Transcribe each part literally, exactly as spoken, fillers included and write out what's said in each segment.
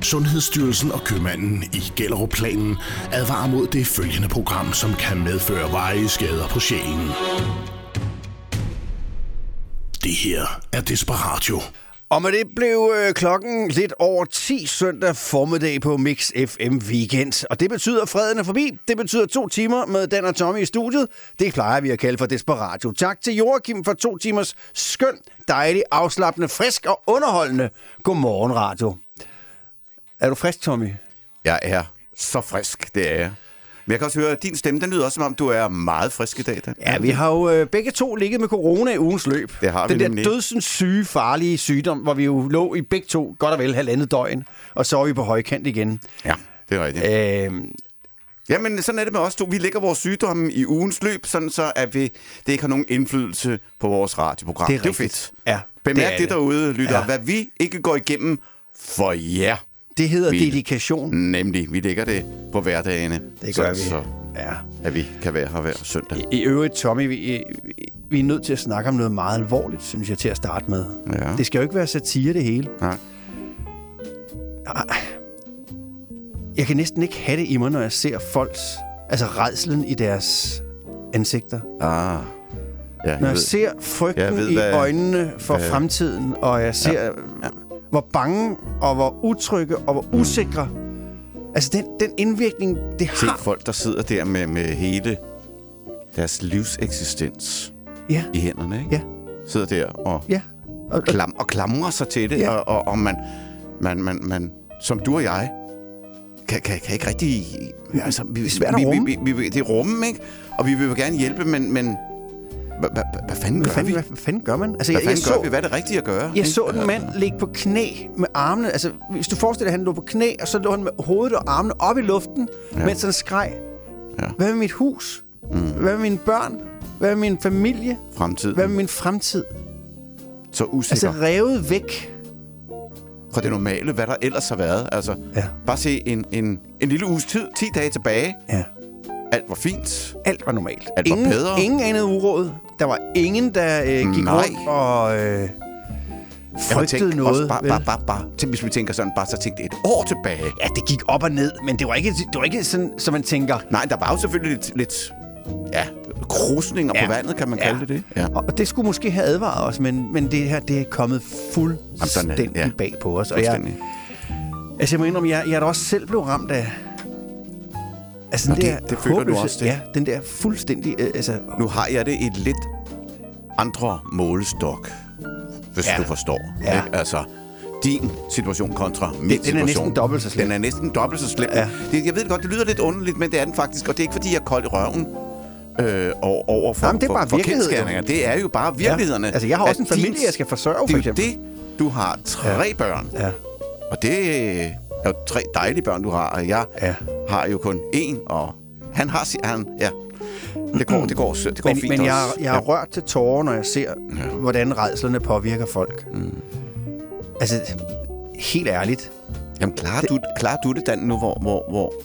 Sundhedsstyrelsen og købmanden i Gellerupplanen advarer mod det følgende program, som kan medføre varige skader på sjælen. Det her er Desperatio. Og med det blev øh, klokken lidt over ti søndag formiddag på Mix F M Weekend. Og det betyder, at freden er forbi. Det betyder to timer med Dan og Tommy i studiet. Det plejer vi at kalde for Desperatio. Tak til Joachim for to timers skøn, dejlig, afslappende, frisk og underholdende Godmorgen Radio. Er du frisk, Tommy? Jeg er så frisk, det er jeg. Men jeg kan også høre, at din stemme, den lyder også, som om du er meget frisk i dag. Dan. Ja, vi har jo øh, begge to ligget med corona i ugens løb. Det har vi Den der nemlig. dødsens syge, farlige sygdom, hvor vi jo lå i begge to godt og vel halvandet døgn, og så er vi på højkant igen. Ja, det er rigtigt. Øh, Jamen, sådan er det med os to. Vi lægger vores sygdomme i ugens løb, sådan så at vi, det ikke har nogen indflydelse på vores radioprogram. Det er, det er rigtigt. fedt. Ja, Bemærk det, det, det derude, lytter. Ja. Hvad vi ikke går igennem for jer. Det hedder vi, dedikation. Nemlig, vi lægger det på hverdagene. Det gør så, vi. Så, Ja. at vi kan være her hver søndag. I, I øvrigt, Tommy, vi, vi er nødt til at snakke om noget meget alvorligt, synes jeg, til at starte med. Ja. Det skal jo ikke være satire, det hele. Nej. Jeg kan næsten ikke have det i mig, når jeg ser folks... Altså rædslen i deres ansigter. Ah. Ja, jeg Når jeg ved. ser frygten Jeg ved, i hvad- øjnene for hvad- fremtiden, og jeg ser, Ja. Ja. hvor bange og hvor utrygge og hvor usikre... Altså, den, den indvirkning, det Se har... folk, der sidder der med, med hele deres livseksistens Ja, i hænderne, ikke? ja, Sidder der og, ja. Og, og, klam, og klamrer sig til det, Ja. og, og, og man, man, man, man, som du og jeg, kan, kan, kan ikke rigtig... Altså, vi, Det er svært at vi, rumme. Vi, vi, vi, det er rummen, ikke? Og vi vil jo gerne hjælpe, men... men hvad, hvad, hvad fanden hvad, gør fanden, vi? hvad fanden gør man? Altså, Hvad jeg, jeg fanden gør så, vi? Hvad er det rigtige at gøre? Jeg ikke? så en mand ligge på knæ med armene. Altså, hvis du forestiller dig, at han lå på knæ, og så lå han med hovedet og armene op i luften, ja. mens han skreg. Ja. Hvad med mit hus? Mm. Hvad med mine børn? Hvad med min familie? Fremtiden. Hvad med min fremtid? Så usikker. Altså, revet væk. Fra det normale, hvad der ellers har været. Altså, Ja. bare se en, en, en lille uges tid, ti dage tilbage. Ja. Alt var fint. Alt var normalt. Alt var ingen, bedre. Ingen anede uråd. Der var ingen, der øh, gik Nej. rundt og øh, Jeg har frygtede tænkt noget. også bare, vel? bare, bare, bare, tænk, hvis vi tænker sådan, bare så tænkte et år tilbage. Ja, det gik op og ned, men det var ikke, det var ikke sådan, som man tænker... Nej, der var jo selvfølgelig lidt, lidt ja, krusninger Ja. på vandet, kan man Ja. kalde det det. Ja. Og det skulle måske have advaret os, men, men det her, det er kommet fuldstændig ja. bag på os. Og jeg, Fuldstændig. altså, jeg må indrømme, jeg, jeg er da også selv blevet ramt af... Altså, Nå, den det- der det føler du håbløse- også, det? Ja, den der fuldstændig... Øh, altså, Nu har jeg det i et lidt andre målestok, hvis Ja. du forstår. Ja. Ikke? Altså, din situation kontra min den er situation. næsten dobbelt så slem. Den er næsten dobbelt så slem. Ja. Det, jeg ved godt, det lyder lidt underligt, men det er den faktisk. Og det er ikke, fordi jeg er kold i røven øh, over, over for, Jamen, det er for, bare for virkelighed, kendsgerninger. Det er jo bare virkelighederne. Ja. Altså, jeg har også At en familie, din- jeg skal forsørge, for Det er jo eksempel. det. Du har tre Ja. børn. ja. Og det er jo tre dejlige børn, du har. Og jeg Ja. har jo kun én, og han har... si- Han, ja. Det går, det går, det går Men, fint men jeg, også. jeg har rørt til tårer, når jeg ser, ja. hvordan rædslerne påvirker folk. Mm. Altså, helt ærligt. Jamen, klarer du, klarer du det, Dan, nu, hvor... hvor, hvor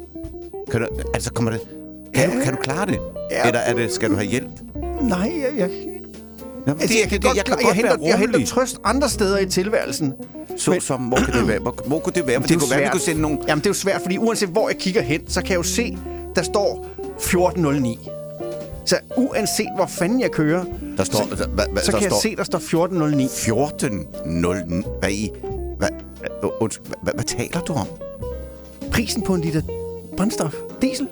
kan du, altså, kommer det... Kan, Ja. du, kan du klare det? Ja. Eller er det, skal du have hjælp? Nej, jeg... jeg Jamen, altså, jeg, kan godt, jeg, kan jeg, henter, jeg henter trøst andre steder i tilværelsen. Så men- som, hvor kan det være? Hvor, hvor kunne det være? Det Det, er det jo kunne være, vi svært. kunne sende nogle... Jamen, det er jo svært, fordi uanset hvor jeg kigger hen, så kan jeg jo se, der står fjorten nul ni. Så uanset hvor fanden jeg kører, Der står... så, Hvad, hvad, så der kan jeg står se, der står fjorten nul ni. fjorten nul ni. Hvad i... Hvad, hvad, undskyld, hvad, hvad taler du om? Prisen på en liter brændstof. Diesel.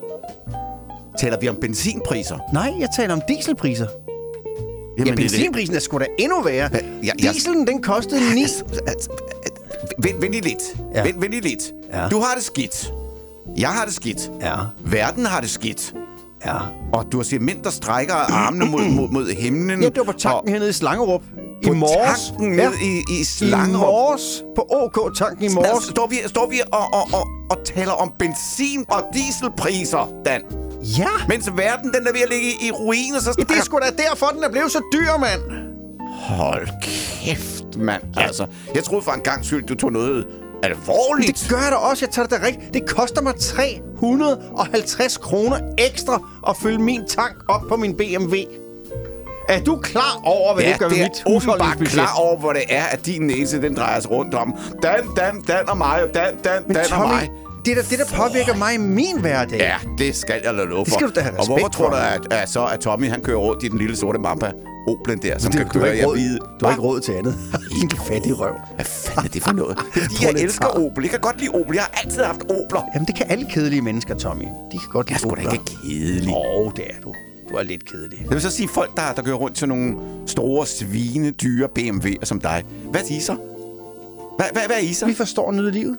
Taler vi om benzinpriser? Nej, jeg taler om dieselpriser. Ja, det er det. benzinprisen er sgu da endnu værre. Hva? Ja, jeg- Dieselen, den kostede ni. Altså, altså, Vent, vent lige lidt. Ja. Vent, vent lige lidt. Ja. Du har det skidt. Jeg har det skidt. Ja, Verden har det skidt. ja. Og du har set mænd, der strækker armene mod, mod, mod himlen. Ja, det var på tanken hernede i Slangerup. I På morges. tanken ned i, i I Slangerup. morges. På O K-tanken i morges. Altså, står vi, står vi og, og, og, og taler om benzin- og dieselpriser, Dan. Ja. Mens verden, den er ved at ligge i ruiner, så Ja, det er sgu da derfor, den er blevet så dyr, mand. Hold kæft, mand. Altså, jeg troede for en gang skyld, du tog noget alvorligt. Det gør jeg da også. Jeg tager det da rigtigt. Det koster mig tre hundrede og halvtreds kroner ekstra at fylde min tank op på min B M W. Er du klar over, hvad Ja, du gør med det mit er åbenbart husholdningsbudget? klar over, hvor det er, at din næse, den drejer sig rundt om. Dan, Dan, Dan og mig, og Dan, Dan, Men Dan Tommy, og mig. det der, det der påvirker mig i min hverdag. Ja, det skal jeg da love for. Det skal du da have Og hvorfor respekt tror for. du, at, at, så, at Tommy han kører rundt i den lille sorte Mamba Oplen der, som Det, kan du, har køre ikke jeg råd, vide? du har ikke råd til andet. Din fattige røv. Hvad fanden er det for noget? Det er fordi, Prøv jeg lidt elsker tar. Opel. Jeg kan godt lide Opel. Jeg har altid haft Opler. Jamen, det kan alle kedelige mennesker, Tommy. De kan godt Jeg er lide sgu da ikke kedelig. Åh, oh, det er du. Du er lidt kedelig. Jeg vil så sige, folk, der, der kører rundt til nogle store, svine, dyre B M W'er som dig. Hvad er I så? Hvad, hvad, hvad er I så? Vi forstår at nyde livet.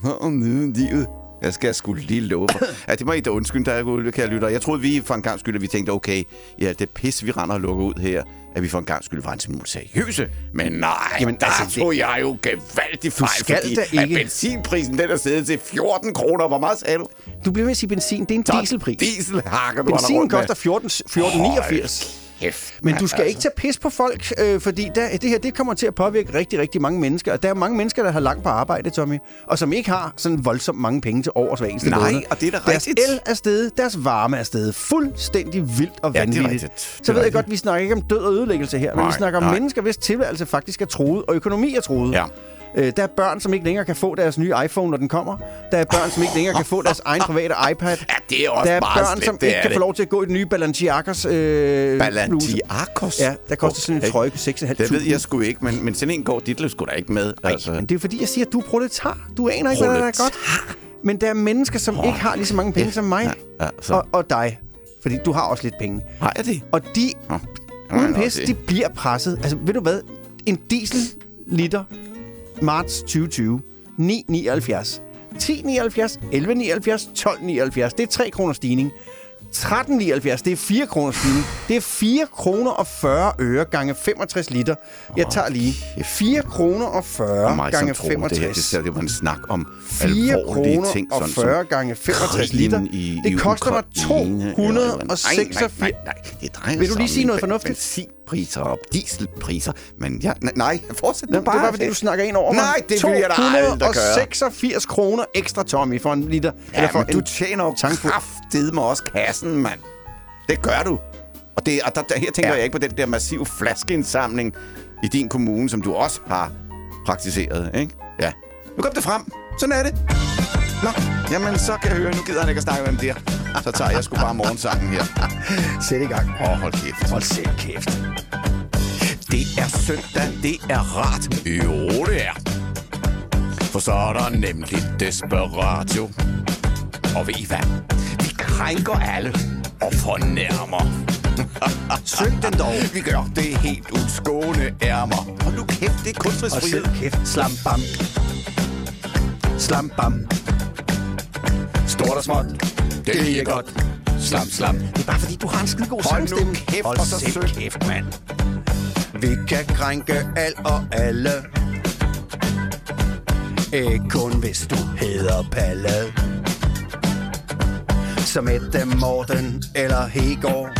Nyde livet. Jeg skal sgu lige love for. Ja, det må I da undskylde, der er ude, kære lytter. Jeg troede, vi for en gang skyld, at vi tænkte, okay, ja, det pis, vi render og lukker ud her, at vi for en gang skyld var en smule seriøse. Men nej, Jamen, der altså, tog det... jeg jo gevaldigt fejl, skal fordi da ikke... at benzinprisen, den er siddet til fjorten kroner. Hvor meget sagde du? Du bliver ved at sige benzin. Det er en Så dieselpris. Dieselhakker, du Benzin koster fjorten niogfirs. Hæft, Men du skal altså. ikke tage pis på folk, øh, fordi der, det her det kommer til at påvirke rigtig, rigtig mange mennesker. Og der er mange mennesker, der har langt på arbejde, Tommy, og som ikke har sådan voldsomt mange penge til overs hver eneste Nej, måned. og det er da deres rigtigt. el er steget, deres varme er steget. Fuldstændig vildt og Ja, det er vanvittigt. rigtigt. Det er Så ved jeg rigtigt. godt, vi snakker ikke om død og ødelæggelse her, men Nej, vi snakker om nej. mennesker, hvis tilværelse faktisk er truet, og økonomi er truet. Ja. Øh, der er børn, som ikke længere kan få deres nye iPhone, når den kommer. Der er børn, som ikke længere kan få deres egen private iPad. Ja, det er også Der er meget børn, slemt, som det ikke er kan det. få lov til at gå i den nye Balenciagas øh, bluse. Balenciagos? Ja, der koster sådan en Okay. trøje på seks tusind fem hundrede. Det ved jeg sgu ikke, men, men sådan en går dit liv sgu da ikke med. Altså. Men det er fordi, jeg siger, at du er proletar. Du aner ikke, hvad der er godt. Men der er mennesker, som oh. ikke har lige så mange penge som mig. Ja, ja, så. og, og dig. Fordi du har også lidt penge. Har jeg det? Og de, Nå. uden Nå, pis, det. de bliver presset. Altså, ved du hvad? En diesel liter marts tyve tyve. ni komma nioghalvfjerds. ti komma nioghalvfjerds. elleve komma nioghalvfjerds. tolv komma nioghalvfjerds. Det er tre kroner stigning. tretten komma nioghalvfjerds. Det er fire kroner stigning. Det er fire kroner og fyrre øre gange femogtres liter. Jeg tager lige fire kroner og fyrre gange femogtres. Det, det var en snak om fire alvorlige ting. kroner og fyrre gange femogtres liter. I, det i koster mig Ukraine, to hundrede eller- og seksogfirs. Nej, nej, nej, nej, det drejer Vil du sig lige om sige noget ben- fornuftigt? Benzinpriser og dieselpriser. Men ja, nej, nej, fortsæt Nå, nu det bare. er bare, fordi du snakker ind over mig. Nej, det vil jeg da aldrig to hundrede og gøre. seksogfirs kroner ekstra, Tommy, for en liter. Ja, for men du en tjener jo tankfuld. kraftedeme også kassen, mand. Det gør du. Og, det, og der, der, her tænker Ja. jeg ikke på den der massive flaskeindsamling i din kommune, som du også har praktiseret, ikke? Ja. Nu kom det frem. Sådan er det. Nå, jamen så kan jeg høre, nu gider han ikke at snakke med dem der. Så tager jeg sgu bare morgensangen her. Sæt i gang. Åh, oh, hold kæft. Hold selv kæft. Det er søndag, det er rart. Jo, det er. For så er der nemlig Desperatio. Og ved I hvad? Vi krænker alle og fornærmer. Syng den dog. Vi gør det helt udskående ærmer. Og nu kæft, det er Og kunstnerigsfrihed. selv kæft. Slam bam. Slam bam. Stort og småt, det er godt. Slam, slam. Det er bare fordi, du har en skide god Hold nu sangstemme. kæft, Hold og så selv syng. kæft, mand. Vi kan krænke alt og alle. Ikke kun hvis du hedder Palle. Som Mette, Morten eller Hegård.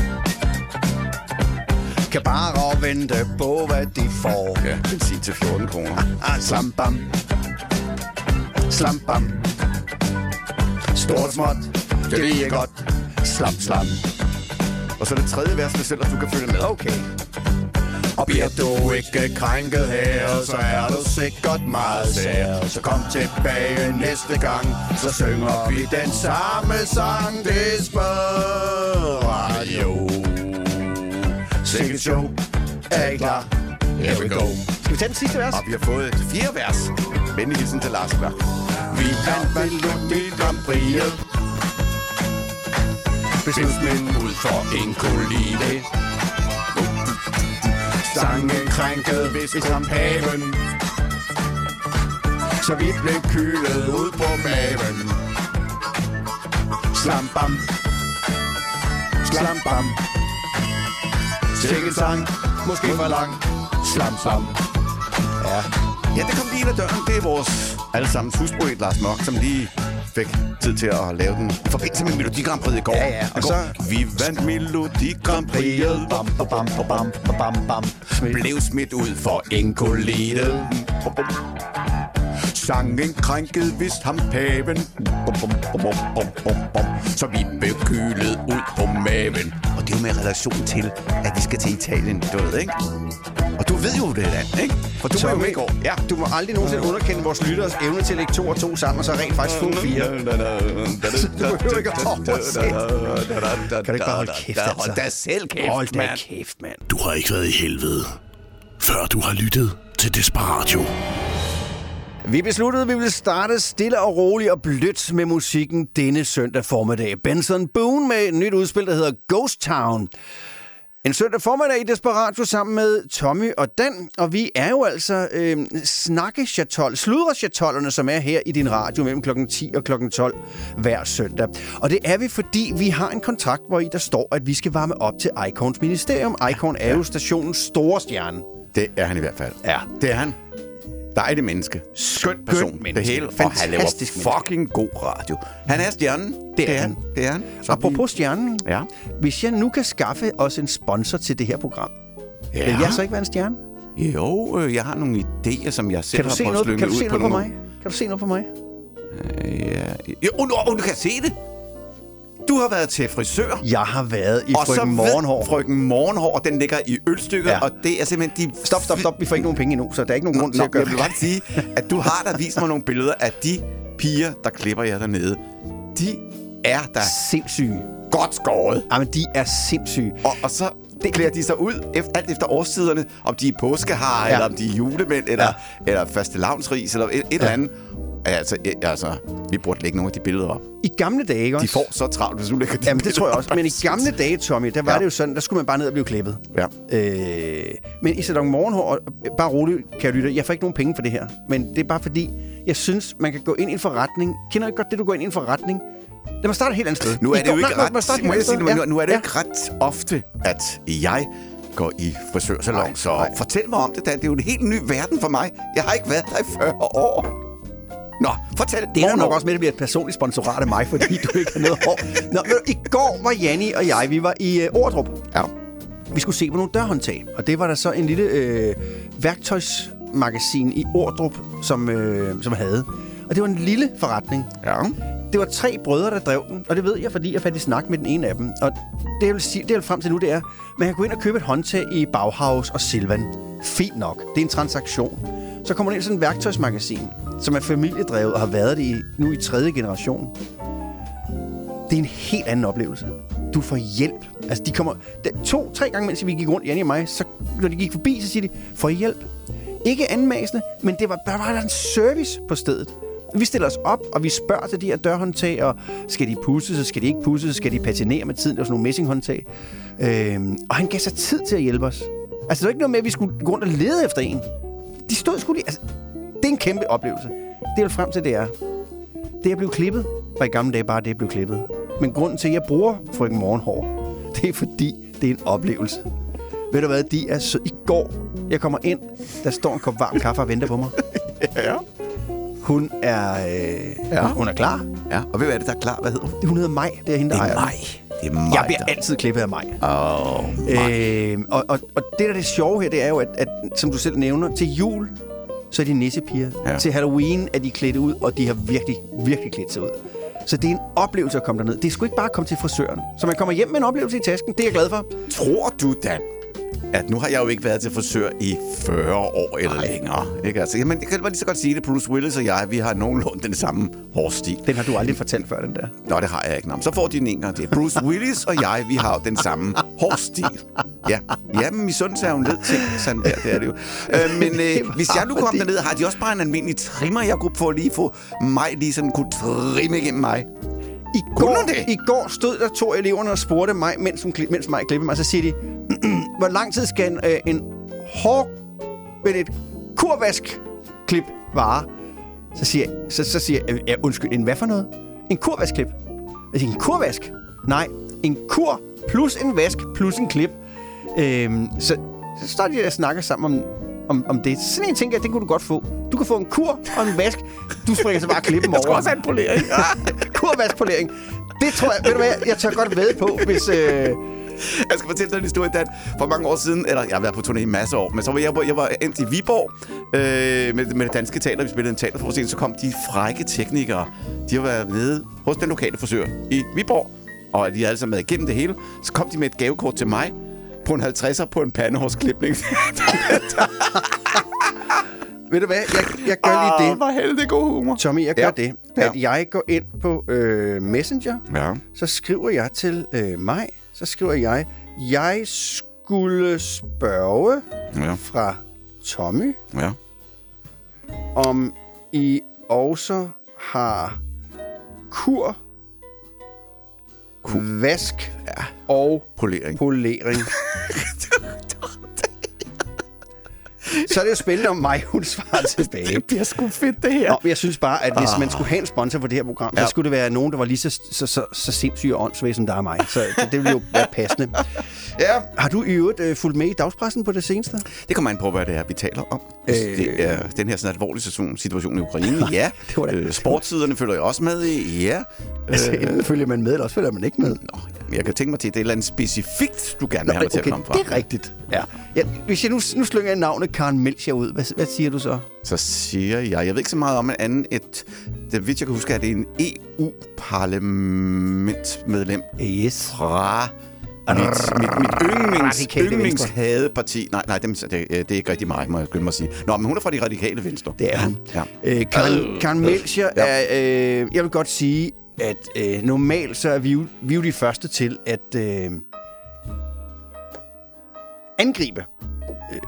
Kan bare vente på, hvad de får. Ja, benzin til fjorten kroner. Ah, slam bam. Slam bam. Stort småt. Det er godt. Slam slam. Og så det tredje vers, hvis selv, at du kan følge med. Okay. Og bliver du ikke krænket her, så er du sikkert meget sær. Så kom tilbage næste gang, så synger vi den samme sang. Desperatio. Sikkert show. Er I klar? Here we go. Skal vi tage den sidste vers? Og vi har fået et fjerde vers. Venlig hilsen til Lars Berg. Vi kan Melodi Grand Prix. Beslutning ud for en kolide. Sangen krænket, hvis vi som paven. Så vi blev kylet ud på maven. Slam bam. Slam bam. Sikke sang, måske for lang. Slam slam. Ja. Ja, det kom lige ind ad døren. Det er vores allesammens huspoet, Lars Mørk, som lige fik tid til at lave den i forbindelse med Melodi Grand Prix i går. Ja, ja, og I går. så- Vi vandt Melodi Grand Prix. Bam, bam, bam, bam, bam, bam, bam. Blev smidt ud for en kolide. Sangen krænkede vist ham paven. Så vi blev kylet ud på maven. Og det er jo med relation til, at vi skal til Italien, du ved, ikke? Og du ved jo det land, ikke? For du Så var jo med med i går. Ja, du må aldrig nogensinde underkende vores lytteres evne til at lægge to og to sammen, og så rent faktisk få fire. Du behøver ikke at oversætte. Kan du ikke bare holde kæft, altså? Hold da selv kæft, Hold da mand. kæft, mand. Du har ikke været i helvede, før du har lyttet til Desperatio. Vi besluttede, at vi ville starte stille og roligt og blødt med musikken denne søndag formiddag. Benson Boone med et nyt udspil, der hedder Ghost Town. En søndag formiddag i Desperatio sammen med Tommy og Dan, og vi er jo altså øh, snakke-chatol, sludre-chatollerne, som er her i din radio mellem klokken ti og klokken tolv hver søndag. Og det er vi, fordi vi har en kontrakt, hvor i der står, at vi skal varme op til Icons ministerium. Icon er jo stationens store stjerne. Det er han i hvert fald. Ja. Det er han. Dejlig menneske. Skøn person. menneske. Det hele. Og han laver Fantastisk fucking god radio. Han er stjernen. Det er han. Det er han. Så Apropos stjernen. Ja. Hvis jeg nu kan skaffe os en sponsor til det her program, Ja. vil jeg så ikke være en stjerne? Jo, øh, jeg har nogle idéer, som jeg selv Kan du har se fået noget, slynget kan du ud se noget på nogle- mig? Kan du se noget på mig? Øh, ja. Jo, oh, oh, du kan se det. Du har været til frisør. Jeg har været i Og så Frøken Morgenhår. ved Frøken Morgenhår, og den ligger i ølstykket, Ja. og det er simpelthen de... Stop, stop, stop. Vi får ikke nogen penge endnu, så der er ikke nogen grund til Nå, at gøre jeg vil bare sige, at du har da vist mig nogle billeder af de piger, der klipper jer dernede. De er da sindssyge. godt skåret. Jamen, de er sindssyge. Og, og så det klæder de sig ud efter, alt efter årstiderne, om de er påskehar, Ja. eller om de er julemænd, eller, ja. eller fastelavnsris, eller et, et ja. eller andet. Altså, altså, vi burde lægge nogle af de billeder op. I gamle dage, ikke også? De får så travlt, hvis du lægger de Jamen, det billeder tror jeg op. også. Men i gamle dage, Tommy, der var Ja. det jo sådan, der skulle man bare ned og blive klippet. Ja. Øh, men i Salon Morgenhår, og bare roligt, kan jeg lytte, jeg får ikke nogen penge for det her. Men det er bare fordi, jeg synes, man kan gå ind i en forretning. Kender du ikke godt det, du går ind i en forretning? Lad mig starte et helt andet sted. Nu er I det går- jo ikke nej, ret, må jeg starte et må helt jeg sige, andet nu, sted? nu er det Ja. ikke ret ofte, at jeg går i frisørsalon. Nej, Så nej. fortæl mig om det, Dan. Det er jo en helt ny verden for mig. Jeg har ikke været der i fyrre år. Nå, fortæl. Det er Hvornår? nok også med, at det bliver et personligt sponsorat af mig, fordi du ikke har noget hår. Nå, men i går var Janni og jeg, vi var i øh, Ordrup. Ja. Vi skulle se på nogle dørhåndtag, og det var der så en lille øh, værktøjsmagasin i Ordrup, som, øh, som havde. Og det var en lille forretning. Ja. Det var tre brødre, der drev den, og det ved jeg, fordi jeg fandt i snak med den ene af dem. Og det, jeg vil sige, det jeg vil frem til nu, det er, man kan gå ind og købe et håndtag i Bauhaus og Silvan. Fint nok. Det er en transaktion. Så kommer der ind sådan en værktøjsmagasin, som er familiedrevet og har været det i, nu i tredje generation. Det er en helt anden oplevelse. Du får hjælp. Altså, de kommer der, to, tre gange, mens vi gik rundt, Janni og mig, så når de gik forbi, så siger de, får I hjælp? Ikke anmasende, men det var, der var der en service på stedet. Vi stiller os op, og vi spørger til de her dørhåndtag, og skal de pudses, skal de ikke pudses, skal de patinere med tiden? Der var sådan nogle messinghåndtag. Øhm, og han gav sig tid til at hjælpe os. Altså, det var ikke noget med, at vi skulle gå rundt og lede efter en. De stod sgu lige... Altså, det er en kæmpe oplevelse. Det jeg vil frem til, det er... Det at blive klippet, var i gamle dage bare det at blive klippet. Men grunden til, at jeg bruger Frøken Morgenhår, det er fordi, det er en oplevelse. Ved du hvad, de er så... I går, jeg kommer ind, der står en kop varm kaffe og venter på mig. Ja. Hun er... Øh, Ja. hun, hun er klar. Ja, og ved du hvad er det, der er klar? Hvad hedder hun? Hun hedder Maj, det er hende, der Det ejer er den. mig. Det er mig, Jeg bliver der- altid klippet af Maj. Åh, oh, mig. Øh, og, og, og det, der er det sjove her, det er jo, at, at som du selv nævner, til jul, så er de nissepiger. Ja. Til Halloween er de klædt ud, og de har virkelig, virkelig klædt sig ud. Så det er en oplevelse at komme derned. Det er sgu ikke bare at komme til frisøren. Så man kommer hjem med en oplevelse i tasken. Det er jeg glad for. Tror du, Dan, at nu har jeg jo ikke været til frisør i fyrre år eller længere. Ikke? Altså, jamen, jeg kan bare lige så godt sige det. Bruce Willis og jeg, vi har nogenlunde den samme hårstil. Den har du aldrig fortalt før, den der. Nå, det har jeg ikke. Nå, men så får de den en gang til. Bruce Willis og jeg, vi har jo den samme hårstil. Ja, ja men misundelse er jo en led ting. Sådan der, det er det jo. Øh, men øh, hvis jeg nu kom fordi- derned, har de også bare en almindelig trimmer, jeg kunne få lige få mig lige sådan kunne trimme igennem mig. I Kunne går, du det? I går stod der to eleverne og spurgte mig, mens, hun, kli- mens mig klippede mig, så siger de, hvor lang tid skal en, øh, en hår, men et kurvask-klip vare? Så siger jeg, så, så siger jeg, ja, undskyld, en hvad for noget? En kurvask-klip? Jeg siger, en kurvask? Nej, en kur plus en vask plus en klip. Øhm, så, så står de der og snakker sammen om, om, om det. Sådan en tænker jeg, det kunne du godt få. Du kan få en kur og en vask. Du springer så bare klippen Jeg skal over. også have en polering. Kurvaskpolering. Det tror jeg, ved du hvad, jeg tør godt vædde på, hvis... Øh... Jeg skal fortælle dig en historie, Dan. For mange år siden, eller jeg har været på turné i en masse år, men så var jeg, jeg var endt i Viborg øh, med, med det danske teater. Vi spillede en teaterforestilling, så kom de frække teknikere. De har været nede hos den lokale frisør i Viborg. og at de alle sammen været igennem det hele. Så kom de med et gavekort til mig på en halvtredser på en pandehårsklipning. Ved du hvad? Jeg, jeg gør lige det. Åh, hvor heldig god humor. Tommy, jeg gør Ja. det, at jeg går ind på øh, Messenger, Ja. så skriver jeg til øh, mig, så skriver jeg, jeg skulle spørge Ja. fra Tommy, Ja. om I også har kur, kur. vask ja. og Polering. polering. Så er det jo spændende, om mig, hun svarer tilbage. Det bliver sgu fedt, det her. Nå, jeg synes bare, at hvis man skulle have en sponsor for det her program, ja. så skulle det være nogen, der var lige så, så, så, så sindssyge og åndssvage, som der er mig. Så det, det ville jo være passende. Ja. Har du i øvrigt øh, fulgt med i dagspressen på det seneste? Det kommer an på, hvad det er, vi taler om. Øh, det er den her sådan alvorlige situation, situation i Ukraine. Ja. Det var da- øh, sportssiderne følger jeg også med i. Ja. Altså, enten følger man med, eller også følger man ikke med. Nå, jeg kan tænke mig til, at det er et eller andet specifikt, du gerne vil have mig til at Okay, komme fra. det er rigtigt. Ja. Ja, hvis jeg nu, nu slynger jeg navnet Karen Melchior ud, hvad, hvad siger du så? Så siger jeg, jeg ved ikke så meget om en anden, et, det vidt jeg kan huske, at det er en E U-parlamentsmedlem Yes. fra mit, mit, mit yndlings, Radikale yndlingshadeparti. Nej, nej, det, det, det er ikke rigtig mig, må jeg skynde mig at sige. Nå, men hun er fra de radikale venstre. Det er hun. Ja. Øh, Karen, Karen Melchior Ja. er, øh, jeg vil godt sige, at øh, normalt så er vi jo, vi er jo de første til at øh, angribe, øh,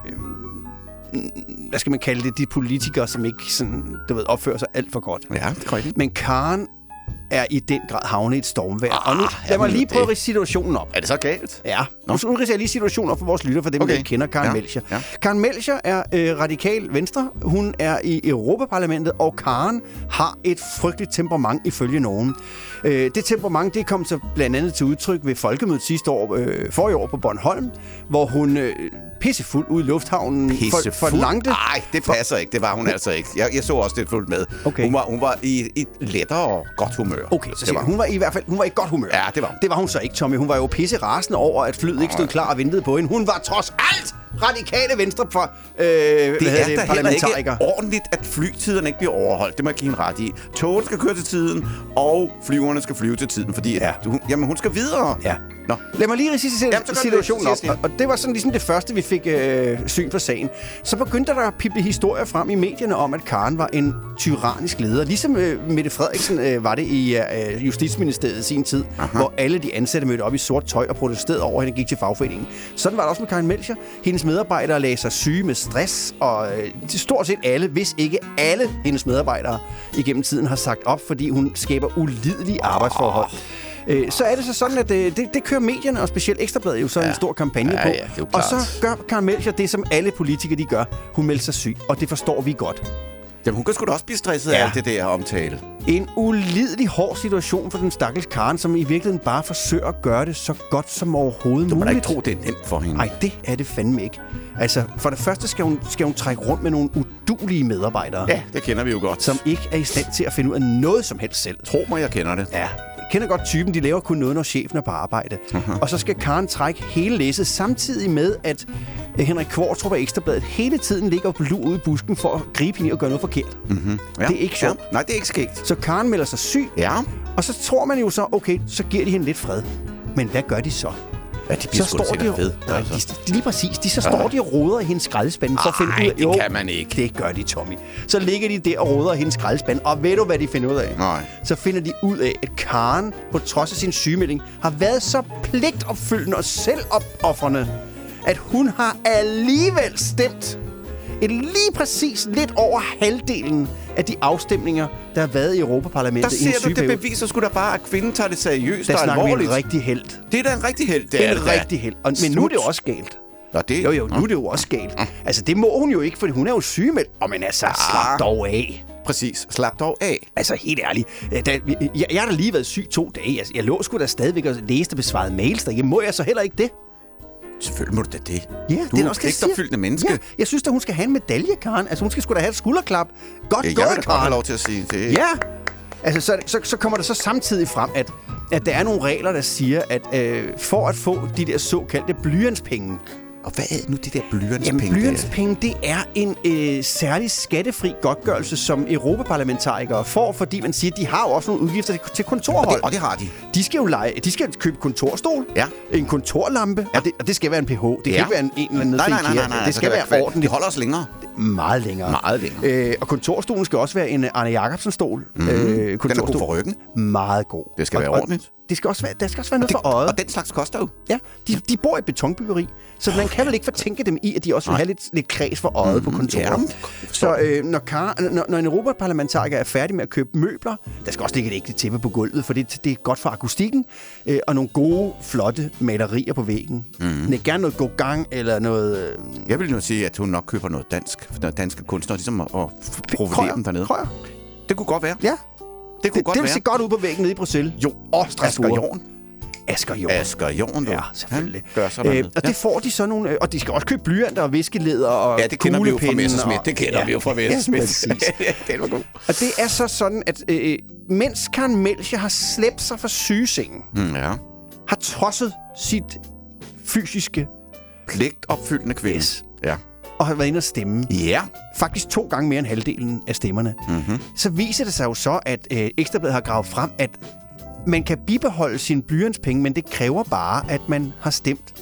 hvad skal man kalde det, de politikere, som ikke sådan, du ved, opfører sig alt for godt. Ja, det er rigtigt. Men Karen er i den grad havnet i et stormvejr. Ah, og nu, lad mig jamen, lige prøve at det- ridse situationen op. Er det så galt? Ja, nu nu ridser jeg lige situationen op for vores lytter, for dem, Okay. der ikke kender Karen Ja, Melchior. ja. Karen Melchior er øh, radikal venstre. Hun er i Europaparlamentet, og Karen har et frygteligt temperament ifølge nogen. Øh, det temperament, det kom så blandt andet til udtryk ved folkemødet sidste år, øh, forrige år på Bornholm, hvor hun øh, pissefuld ud i lufthavnen for, forlangte... Nej, det passer ikke. Det var hun altså ikke. Jeg, jeg så også det fuldt med. Okay. Hun var, hun var i et lettere og godt humør. Okay, så det siger var hun. hun var i hvert fald hun var i godt humør. Ja, det var hun. Det var hun så ikke, Tommy. Hun var jo pisse rasende over, at flyet ikke stod klar og ventede på hende. Hun var trods alt radikale venstre for øh, Det er det, da heller parlamentariker. ikke ordentligt, at flytiderne ikke bliver overholdt. Det må jeg give en ret i. Toget skal køre til tiden, og flyverne skal flyve til tiden, fordi Ja. at hun, jamen, hun skal videre. Ja. Nå. Lad mig lige sige Jamen, så gør situationen det. op. Sig, sig. Og, og det var sådan ligesom det første, vi fik øh, syn for sagen. Så begyndte der at pible historier frem i medierne om, at Karen var en tyrannisk leder. Ligesom øh, Mette Frederiksen øh, var det i øh, Justitsministeriet i sin tid, Aha. hvor alle de ansatte mødte op i sort tøj og protesterede over, at hende gik til fagforeningen. Sådan var det også med Karen Melchior. Hendes medarbejdere lagde sig syge med stress, og øh, stort set alle, hvis ikke alle hendes medarbejdere igennem tiden har sagt op, fordi hun skaber ulidelige arbejdsforhold. Øh, så er det så sådan, at øh, det, det kører medierne, og specielt Ekstrabladet jo så ja. en stor kampagne Ja, på. ja, det er jo og klart. så gør Karen Melchior det, som alle politikere de gør. Hun melder sig syg, og det forstår vi godt. Jamen, hun kan sgu da også blive stresset Ja. af alt det der omtale. En ulidelig hård situation for den stakkels Karen, som i virkeligheden bare forsøger at gøre det så godt som overhovedet Du må da muligt. ikke tro, det er nemt for hende. Nej, det er det fandme ikke. Altså, for det første skal hun, skal hun trække rundt med nogle udulige medarbejdere, Ja, det kender vi jo godt. som ikke er i stand til at finde ud af noget som helst selv. Tro mig, jeg kender det. Ja, jeg kender godt typen, de laver kun noget, når chefen er på arbejde. Uh-huh. Og så skal Karen trække hele læsset, samtidig med, at Henrik Kvartrup af Ekstrabladet hele tiden ligger på lur ude i busken for at gribe hende og gøre noget forkert. Mm-hmm. Ja. Det er ikke sjovt. Ja. Nej, det er ikke skægt. Så Karen melder sig syg, Ja. og så tror man jo så, okay, så giver de hende lidt fred. Men hvad gør de så? Ja, de bliver sgu da sikkert ved. Nej, Altså. de, de, lige præcis. De så står de og roder i hendes skraldespande for at finde Ej, ud af... det Jo, kan man ikke. det gør de, Tommy. Så ligger de der og roder i hendes skraldespande, og ved du, hvad de finder ud af? Nej. Så finder de ud af, at Karen, på trods af sin sygemelding, har været så pligtopfyldende og selvopoffrende, at hun har alligevel stemt et lige præcis lidt over halvdelen af de afstemninger, der har været i Der Europaparlamentet i en ser du, det sygeperiode. beviser sgu da bare, at kvinden tager det seriøst Der og snakker vi en alvorligt. rigtig helt. Det er da en rigtig held. Det Det er er det en da. rigtig held. Og, men nu er det jo også galt. Nå, det... Jo, jo, nu er det jo også galt. Altså, det må hun jo ikke, for hun er jo sygemeldt. Og men altså, slap dog af. Præcis. Slap dog af. Altså, helt ærligt. øh, Da, jeg, jeg har da lige været syg to dage. Altså, jeg lå sgu da stadigvæk og læste besvarede mails derhjemme. Må jeg så heller ikke det? Selvfølgelig må du da det. Ja, du det er er et også det, jeg siger. pligtopfyldende menneske. Ja, jeg synes at hun skal have en medalje, Karen. Altså, hun skal sgu da have et skulderklap. Godt Ja, jeg gået, vil da godt have Karen. lov til at sige det. Ja. Altså, så, så, så kommer der så samtidig frem, at, at der er nogle regler, der siger, at øh, for at få de der såkaldte blyantspenge, Og hvad er nu det der blyantspenge? Jamen, blyantspenge, det er en øh, særlig skattefri godtgørelse, som europaparlamentarikere får, fordi man siger, at de har jo også nogle udgifter til kontorhold. Og det, og det har de. De skal jo lege, de skal købe kontorstol, ja. en kontorlampe, ja. og, det, og det skal være en pH. Det kan ja. ikke være en, en eller anden nej, nej, nej, nej, nej. Det skal være være ordentligt. Det holder os længere. Meget længere. Meget længere. Øh, og kontorstolen skal også være en Arne Jacobsen-stol. Mm-hmm. Øh, den er god for ryggen. Meget god. Det skal og, være ordentligt. Det skal også være, der skal også være noget for øjet. Og den slags koster jo. Ja, de, de bor i betonbyggeri, så man kan vel ikke fortænke dem i, at de også vil have lidt, lidt kreds for øjet mm-hmm. på kontoret. Ja, så øh, når, Kar, når, når en europaparlamentariker er færdig med at købe møbler, der skal også ligge et ægte tæppe på gulvet, for det, det er godt for akustikken, øh, og nogle gode, flotte malerier på væggen. Mm-hmm. Men gerne noget Gauguin eller noget... Øh, jeg vil nu sige, at hun nok køber noget dansk, noget danske kunstnere, ligesom at, at provokere dem dernede. Krøyer. Det kunne godt være. Ja. Det kunne det, godt det vil være. se godt ud på væggen nede i Bruxelles. Jo, og Asger Jorn. Asger Jorn. Asger Jorn, ja, selvfølgelig. Gør sådan øh, og det får de så nogle... Og de skal også købe blyanter og viskeleder og ja, det kender vi jo fra Messerschmidt. Og, det kender ja, vi jo fra Messerschmidt. Ja, det var godt. Og det er så sådan, at øh, mens Karen Melchior har slæbt sig fra sygesengen, mm, ja. har tosset sit fysiske... pligtopfyldende kvinde. Yes. Ja. Og har været inde og stemme. Ja. Faktisk to gange mere end halvdelen af stemmerne. Mm-hmm. Så viser det sig jo så, at øh, Ekstrabladet har gravet frem, at man kan bibeholde sine blyantspenge, men det kræver bare, at man har stemt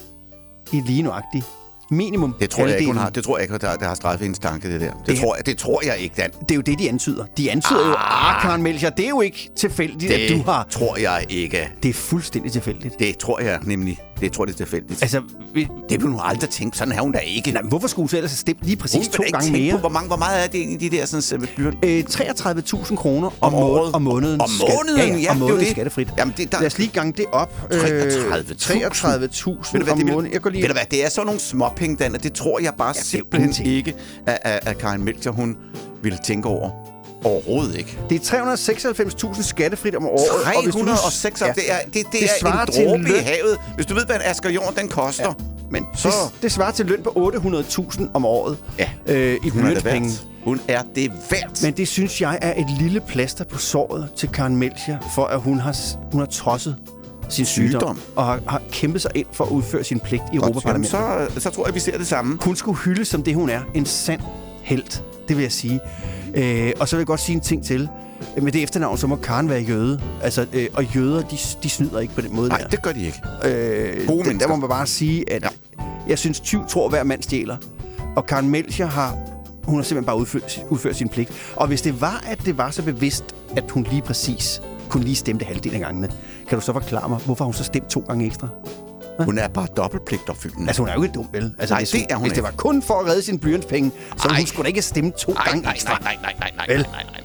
i lige nøjagtigt minimum. Det tror jeg ikke, hun har. Det tror jeg ikke, der, der har strejfet hendes tanke, det der. Det, det, tror, jeg, det tror jeg ikke, Dan. Det er jo det, de antyder. De antyder ah, jo, ah, Karen Melchior, det er jo ikke tilfældigt, det at du har... tror jeg ikke. Det er fuldstændig tilfældigt. Det tror jeg nemlig. Det tror jeg, det er tilfældigt. Altså, vi... det vil hun aldrig tænke. Sådan er hun da ikke. Nej, men hvorfor skulle hun så ellers have stemt lige præcis to gange mere? På, hvor, mange, hvor meget er det egentlig, de der sådan, blyant? Øh, treogtredive tusind kroner om, om året. Om måneden. Om måneden, ja. ja om måneden det skattefrit. Jamen, det, der... Lad os lige gange det op. treogtredive tusind om måneden. Jeg går lige... Ved du hvad, det er sådan nogle småpenge, Dan, og det tror jeg bare ja, simpelthen ikke, at, at, at Karen Melchior, hun ville tænke over. Overhovedet ikke. Det er tre hundrede og seksoghalvfems tusind skattefrit om året. tre hundrede og seks, ja. det er, det, det det er en dråbe i havet. Hvis du ved, hvad en Asger Jorn, den koster. Ja. Men så... det, det svarer til løn på otte hundrede tusind om året. Ja. Øh, i hun, er det værd. hun er det værd. Men det synes jeg er et lille plaster på såret til Karen Melchior, for at hun har, hun har trodset sin sygdom, sygdom. og har, har kæmpet sig ind for at udføre sin pligt i Europaparlamentet. Så, så tror jeg, vi ser det samme. Hun skulle hyldes som det, hun er. En sand helt. Det vil jeg sige. Øh, og så vil jeg godt sige en ting til. Med det efternavn, så må Karen være jøde. Altså, øh, og jøder, de, de snyder ikke på den måde. Nej, der. det gør de ikke. Øh, Gode det, der må man bare sige, at ja. jeg synes, tyv tror, hver mand stjæler. Og Karen Melchior har, hun har simpelthen bare udført, udført sin pligt. Og hvis det var, at det var så bevidst, at hun lige præcis kunne lige stemme det halvdelen af gangene, kan du så forklare mig, hvorfor hun så stemt to gange ekstra? Hun er bare dobbeltpligtopfyldende. Altså, hun er jo ikke dum, vel? Altså, nej, hvis, det er hun Hvis ikke. det var kun for at redde sine blyantspenge, så Ej. hun skulle da ikke stemme to Ej, gange nej, ekstra. Nej, nej, nej, nej, vel? nej, nej,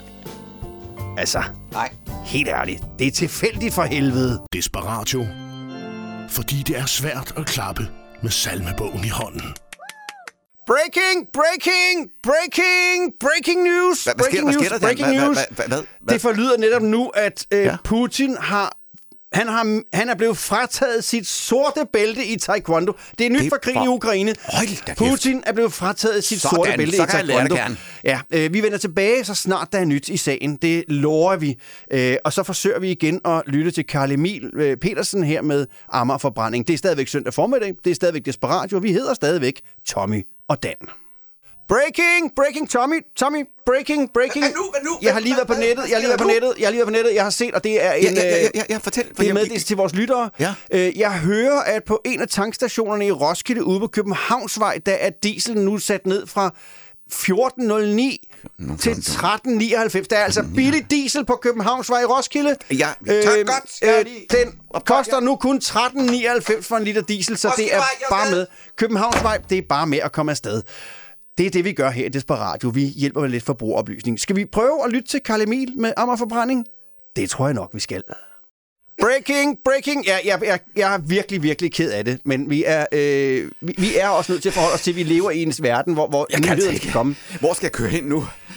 nej. Altså, nej. Helt ærligt. Det er tilfældigt for helvede. Desperatio. Fordi det er svært at klappe med salmebogen i hånden. Breaking, breaking, breaking, breaking news. Hvad, hvad breaking sker, news, hvad sker der, breaking hvad, news. Hvad, hvad, hvad, hvad? Det forlyder netop nu, at øh, ja. Putin har... Han, har, han er blevet frataget sit sorte bælte i taekwondo. Det er nyt for krigen for... i Ukraine. Putin er blevet frataget sit Sådan, sorte bælte i taekwondo. Det, ja, øh, vi vender tilbage, så snart der er nyt i sagen. Det lover vi. Øh, og så forsøger vi igen at lytte til Karl Emil øh, Petersen her med Amagerforbrænding. Det er stadigvæk søndag formiddag. Det er stadigvæk Desperatio. Vi hedder stadigvæk Tommy og Dan. Breaking, breaking, Tommy, Tommy, breaking, breaking. Hvad nu, hvad nu? Jeg har lige været på nettet, jeg har lige været på nettet, jeg har lige været på nettet, jeg har set, og det er en... Ja, ja, ja, ja, ja fortæl. Det er meddelelse til vores lyttere. Ja. Jeg hører, at på en af tankstationerne i Roskilde ude på Københavnsvej, der er dieselen nu sat ned fra fjorten nul ni til tretten nioghalvfems. Der er altså billig diesel på Københavnsvej i Roskilde. Ja, tak øh, godt. Øh, den koster nu kun tretten nioghalvfems for en liter diesel, så det er bare med. Københavnsvej, det er bare med at komme afsted. Det er det, vi gør her i Desperatio. Vi hjælper med lidt forbrugeroplysning. Skal vi prøve at lytte til Karl Emil med Amagerforbrænding? Det tror jeg nok, vi skal. Breaking, breaking. Ja, jeg, jeg, jeg er virkelig, virkelig ked af det. Men vi er, øh, vi, vi er også nødt til at forholde os til, at vi lever i en verden, hvor, hvor nyheder skal komme. Hvor skal jeg køre hen nu?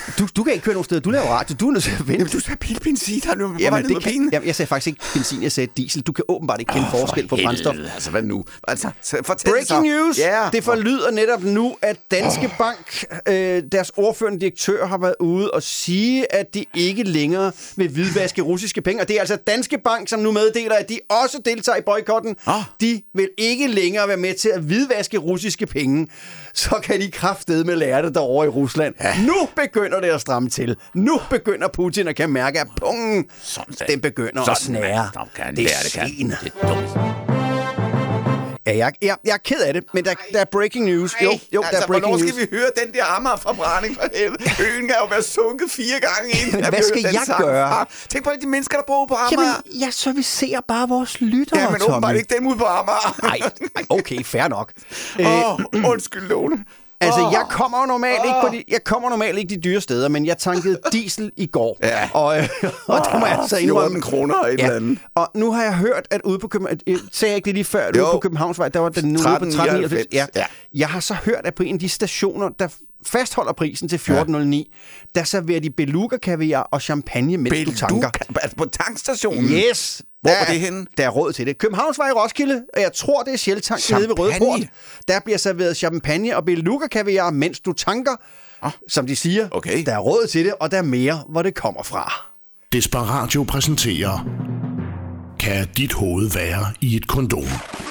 Du, du kan ikke køre nogen steder. Du laver radio. Du er nødt til at vente. Jamen, du sagde bilbenzin. Der er nu Jamen, det kan, jamen, jeg sagde faktisk ikke benzin, jeg sagde diesel. Du kan åbenbart ikke kende oh, forskel på brændstof. Altså, hvad nu? Altså, fortæl Breaking så. news! Yeah. Det forlyder netop nu, at Danske oh. Bank, øh, deres ordførende direktør, har været ude og sige, at de ikke længere vil hvidvaske russiske penge. Og det er altså Danske Bank, som nu meddeler, at de også deltager i boykotten. Oh. De vil ikke længere være med til at hvidvaske russiske penge. Så kan de kraftedeme lære det derovre i Rusland. Ja. Nu begynder det at stramme til. Nu begynder Putin at kan mærke, at pungen, den begynder Sådan, at snære. Man, det er sen. Det er dumt. Ja, jeg, jeg, jeg er ked af det, men der, der er breaking news. Jo, jo, altså, der er breaking news. Hvornår skal vi høre den der Amager-forbrænding for helvede? Øen kan jo være sunket fire gange inden. Hvad skal jeg gøre? Tænk på de mennesker, der bor på Amager. Jamen, jeg servicerer bare vores lyttere, Ja, men åbenbart ikke dem ude på Amager. Nej, okay, fair nok. Åh, oh, undskyld, Lone. Altså, jeg kommer jo normalt oh. ikke på de, jeg kommer normalt ikke de dyre steder, men jeg tankede diesel i går. Ja. Og, øh, og det må jeg altså indrømme. fjorten kroner og et ja. eller andet. Og nu har jeg hørt, at ude på København, sagde jeg ikke det lige før, ude på Københavnsvej, der var den nu ude på tretten nioghalvfems. Ja. Ja. Jeg har så hørt, at på en af de stationer, der fastholder prisen til fjorten nul ni, ja. Der serverer de beluga kaviar og champagne, mens beluga, du tanker. Altså på tankstationen? Yes! Hvor der, var det henne? Der er råd til det. Københavnsvej i Roskilde, og jeg tror, det er Shell-tank nede ved Røde Port. Der bliver serveret champagne og beluga-kaviar, mens du tanker. Ah, som de siger, okay. Der er råd til det, og der er mere, hvor det kommer fra. Desperatio præsenterer: Kan dit hoved være i et kondom?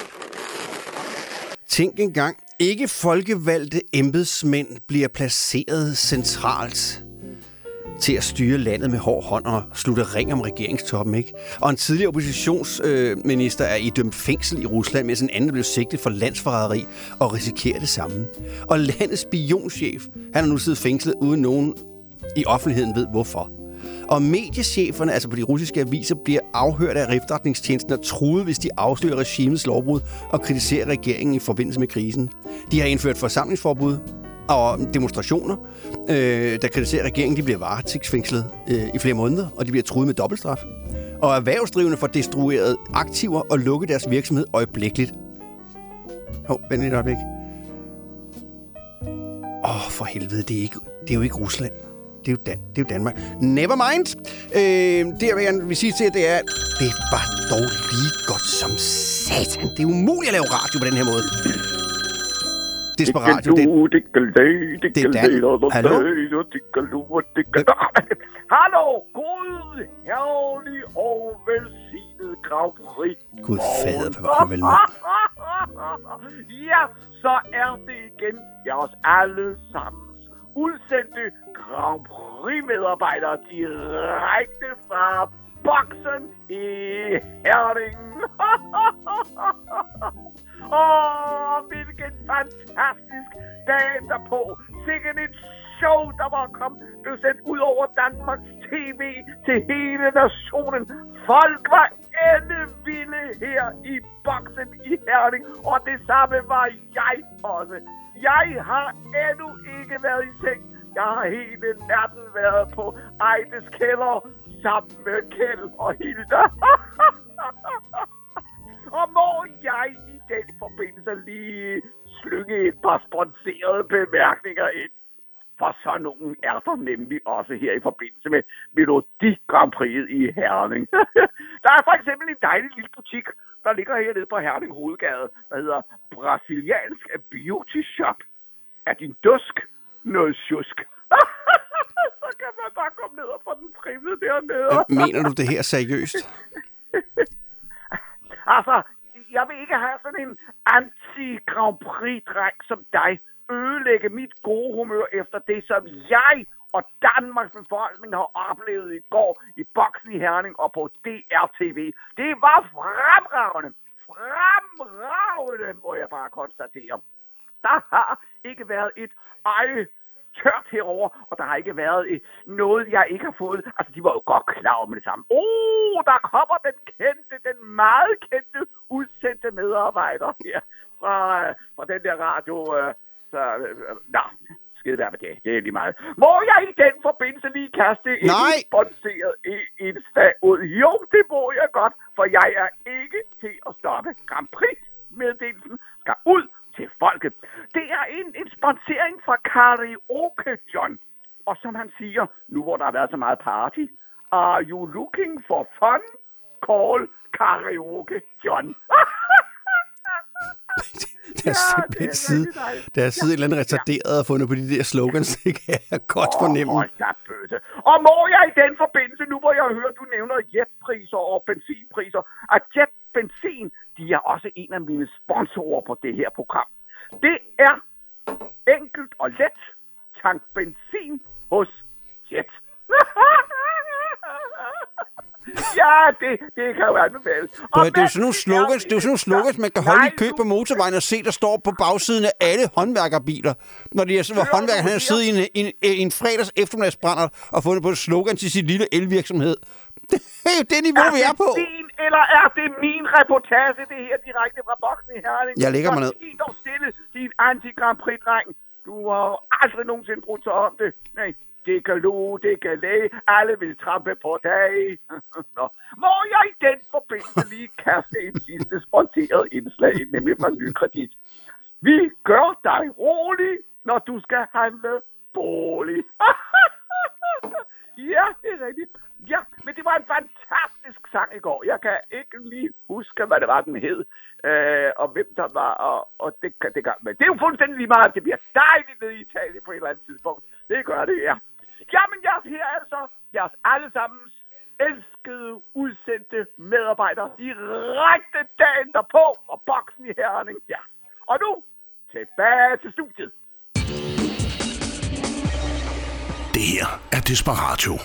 Tænk engang, ikke folkevalgte embedsmænd bliver placeret centralt til at styre landet med hård hånd og slutte ring om regeringstoppen, ikke? Og en tidligere oppositionsminister øh, er idømt fængsel i Rusland, mens en anden blev sigtet for landsforræderi og risikerer det samme. Og landets spionchef, han er nu siddet fængslet, uden nogen i offentligheden ved hvorfor. Og mediecheferne, altså på de russiske aviser, bliver afhørt af efterretningstjenesten og truet, hvis de afslører regimets lovbrud og kritiserer regeringen i forbindelse med krisen. De har indført forsamlingsforbud og demonstrationer, øh, der kritiserer regeringen, de bliver varetægtsfængslet øh, i flere måneder, og de bliver truet med dobbeltstraf. Og erhvervsdrivende får destrueret aktiver og lukket deres virksomhed øjeblikkeligt. Hov, vent lidt øjeblik. Åh, oh, for helvede, det er, ikke, det er jo ikke Rusland. Det er jo, Dan- det er jo Danmark. Never mind. Øh, det, jeg vil gerne vil sige til jer, det er, det var dog lige godt som satan. Det er umuligt at lave radio på den her måde. Desperatio, det, det er Dan. Hallo? Hallo, god, herlig og velsignet Grand Prix. Gud fader, bevar vel mig. Ja, så er det igen jeres alle sammens udsendte Grand Prix-medarbejdere direkte fra boksen i Herning. Åh, oh, hvilken fantastisk dag derpå. Sikken et show, der var kommet, blev sendt ud over Danmarks tv til hele nationen. Folk var endevilde her i boksen i Herning, og det samme var jeg også. Jeg har endnu ikke været i seng. Jeg har hele natten været på Ejdes kælder sammen med Kjeld og Hilda. Og må jeg i den forbindelse lige slynge et par sponserede bemærkninger ind. For sådan nogen er der nemlig også her i forbindelse med Melodi Grand Prix i Herning. Der er for eksempel en dejlig lille butik, der ligger hernede på Herning Hovedgade, der hedder Brasiliansk Beauty Shop. Er din dusk noget tjusk? Så kan man bare komme ned og få den trimmet dernede. Mener du det her seriøst? Altså, jeg vil ikke have sådan en anti-Grand Prix-dreng som dig ødelægge mit gode humør efter det, som jeg og Danmarks befolkning har oplevet i går i boksen i Herning og på D R T V. Det var fremragende. Fremragende, må jeg bare konstatere. Der har ikke været et øje tørt herover, og der har ikke været et, noget, jeg ikke har fået. Altså, de var jo godt klar med det samme. Åh, oh, der kommer den kendte, den meget kendte, udsendte medarbejder her fra, fra den der radio. Øh, så, øh, nå, skide være med det. Det er lige meget. Må jeg i den forbindelse lige kaste en sponseret indslag ud? Jo, det må jeg godt, for jeg er ikke til at stoppe. Grand Prix-meddelelsen skal ud til folket. Det er en, en sponsering fra Karaoke John. Og som han siger, nu hvor der har været så meget party, are you looking for fun? Call karaoke John. Der er simpelthen ja, side, der er side et eller andet retarderet og fundet på de der slogans, det kan jeg godt fornemme. Åh, bøtte. Og må jeg i den forbindelse, nu hvor jeg hører, du nævner jetpriser og benzinpriser, at Jet Benzin, de er også en af mine sponsorer på det her program. Det er enkelt og let. Tank benzin hos Jet. Ja, det, det kan jo anbefales. Det er jo sådan nogle slogans, det er jo sådan nogle slogans, man kan holde i kø på motorvejen og se, der står på bagsiden af alle håndværkerbiler. Når de er sådan, hvor håndværker, han har siddet i en, en, en fredags eftermiddagsbrænder og fundet på et slogan til sin lille elvirksomhed. Det er jo det niveau, vi er på. Er det din, eller er det min reportage, det her direkte fra boksen i Herning? Jeg lægger mig ned. Helt dog stille, din anti-Grand Prix-dreng. Du har aldrig nogensinde brugt sig om det. Nej. Det kan lo, det kan læ, alle vil trampe på dig. Nå. Må jeg i den forbindelse lige kaste en sidste sponsoreret indslag, nemlig fra Nykredit. Vi gør dig rolig, når du skal handle bolig. Ja, det er rigtigt. Ja, men det var en fantastisk sang i går. Jeg kan ikke lige huske, hvad det var, den hed. Øh, og hvem der var, og, og det, det gør. Men det er jo fuldstændig lige meget, at det bliver dejligt nede i Italien på et eller andet tidspunkt. Det gør det, ja. Jamen, jeg er her altså jeres allesammens elskede, udsendte medarbejdere direkte dagen derpå og boksen i Herning. Ja. Og nu, tilbage til studiet. Det her er Desperatio.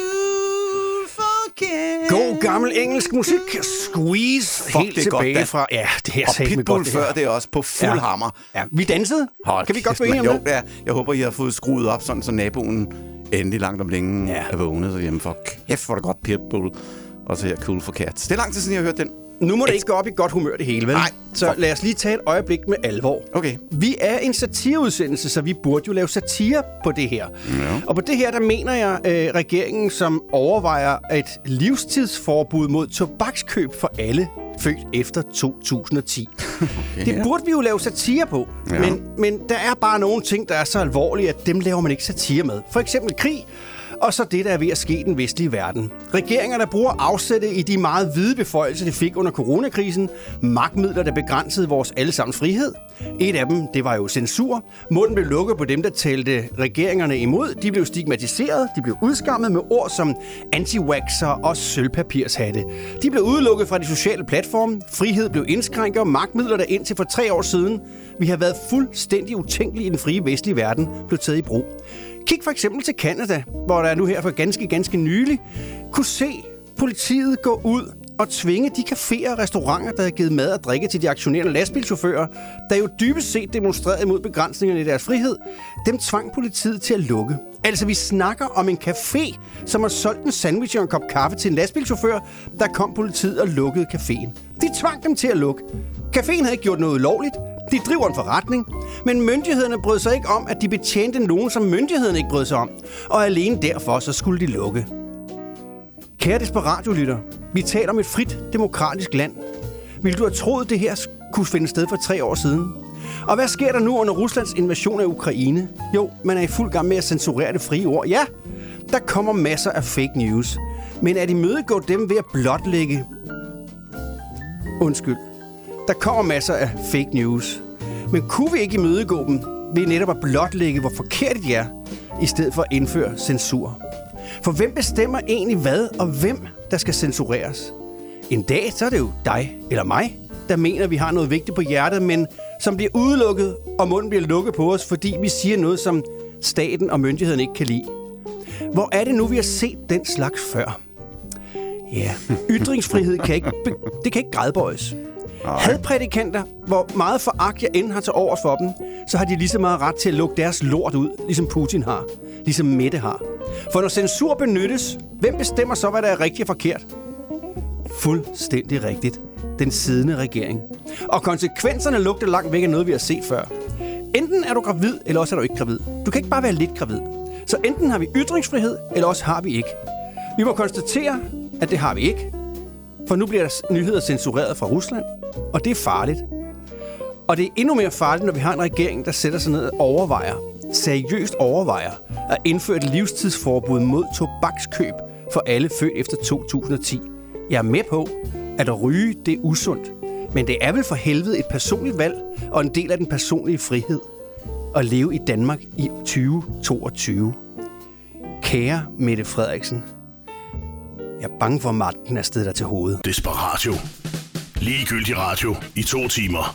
God gammel engelsk musik. Squeeze. Fuck, helt det tilbage godt, fra... Ja, det her og sagde Pitbull godt, det før her. det er også på fuld ja. hammer. Ja, vi dansede. Hold kan vi godt gå kæft, ind om jo, det? Ja, jeg håber, I har fået skruet op, sådan, så naboen endelig langt om længe ja. er vågnet derhjemme. For kæft, hvor det godt Pitbull. Og så her Cool for Cats. Det er lang tid siden, jeg har hørt den. Nu må det ikke gå op i godt humør det hele, vel? Nej. Så lad os lige tage et øjeblik med alvor. Okay. Vi er en satireudsendelse, så vi burde jo lave satire på det her. Ja. Og på det her, der mener jeg øh, regeringen, som overvejer et livstidsforbud mod tobakskøb for alle født efter to tusind og ti. Okay, det burde vi jo lave satire på. Ja. Men, men der er bare nogle ting, der er så alvorlige, at dem laver man ikke satire med. For eksempel krig. Og så det, der er ved at ske i den vestlige verden. Regeringerne bruger afsætte i de meget hvide beføjelser, de fik under coronakrisen. Magtmidler, der begrænsede vores allesammens frihed. Et af dem, det var jo censur. Munden blev lukket på dem, der talte regeringerne imod. De blev stigmatiseret, de blev udskammet med ord som anti-waxer og sølvpapirshatte. De blev udelukket fra de sociale platforme. Frihed blev indskrænket, og magtmidler, der indtil for tre år siden vi har været fuldstændig utænkelige i den frie vestlige verden, blev taget i brug. Kig for eksempel til Canada, hvor der nu her for ganske, ganske nylig kunne se politiet gå ud og tvinge de caféer og restauranter, der havde givet mad og drikke til de aktionerende lastbilchauffører, der jo dybest set demonstrerede imod begrænsningerne i deres frihed. Dem tvang politiet til at lukke. Altså, vi snakker om en café, som har solgt en sandwich og en kop kaffe til en lastbilchauffør, der kom politiet og lukkede caféen. De tvang dem til at lukke. Caféen havde ikke gjort noget ulovligt. De driver en forretning, men myndighederne brød sig ikke om, at de betjente nogen, som myndighederne ikke brød sig om. Og alene derfor, så skulle de lukke. Kære Desperatio-lytter, vi taler om et frit, demokratisk land. Vil du have troet, det her kunne finde sted for tre år siden? Og hvad sker der nu under Ruslands invasion af Ukraine? Jo, man er i fuld gang med at censurere det frie ord. Ja, der kommer masser af fake news. Men at imødegå dem ved at blotlægge... Undskyld. Der kommer masser af fake news. Men kunne vi ikke imødegå dem ved netop at blotlægge, hvor forkert de er, i stedet for at indføre censur? For hvem bestemmer egentlig hvad, og hvem der skal censureres? En dag, så er det jo dig eller mig, der mener, vi har noget vigtigt på hjertet, men som bliver udelukket, og munden bliver lukket på os, fordi vi siger noget, som staten og myndigheden ikke kan lide. Hvor er det nu, vi har set den slags før? Ja, ytringsfrihed kan ikke, det kan ikke gradbøjes. Hadprædikanter, hvor meget foragt jeg end har til overs for dem, så har de lige så meget ret til at lukke deres lort ud, ligesom Putin har, ligesom Mette har. For når censur benyttes, hvem bestemmer så, hvad der er rigtigt og forkert? Fuldstændig rigtigt. Den siddende regering. Og konsekvenserne lugter langt væk af noget, vi har set før. Enten er du gravid, eller også er du ikke gravid. Du kan ikke bare være lidt gravid. Så enten har vi ytringsfrihed, eller også har vi ikke. Vi må konstatere, at det har vi ikke. For nu bliver der nyheder censureret fra Rusland, og det er farligt. Og det er endnu mere farligt, når vi har en regering, der sætter sig ned og overvejer seriøst overvejer at indføre et livstidsforbud mod tobakskøb for alle født efter to tusind og ti. Jeg er med på, at at ryge, det er usundt. Men det er vel for helvede et personligt valg og en del af den personlige frihed at leve i Danmark i tyve toogtyve. Kære Mette Frederiksen, jeg er bange for, at magten er stedet der til hovedet. Desperatio. Ligegyldig radio i to timer.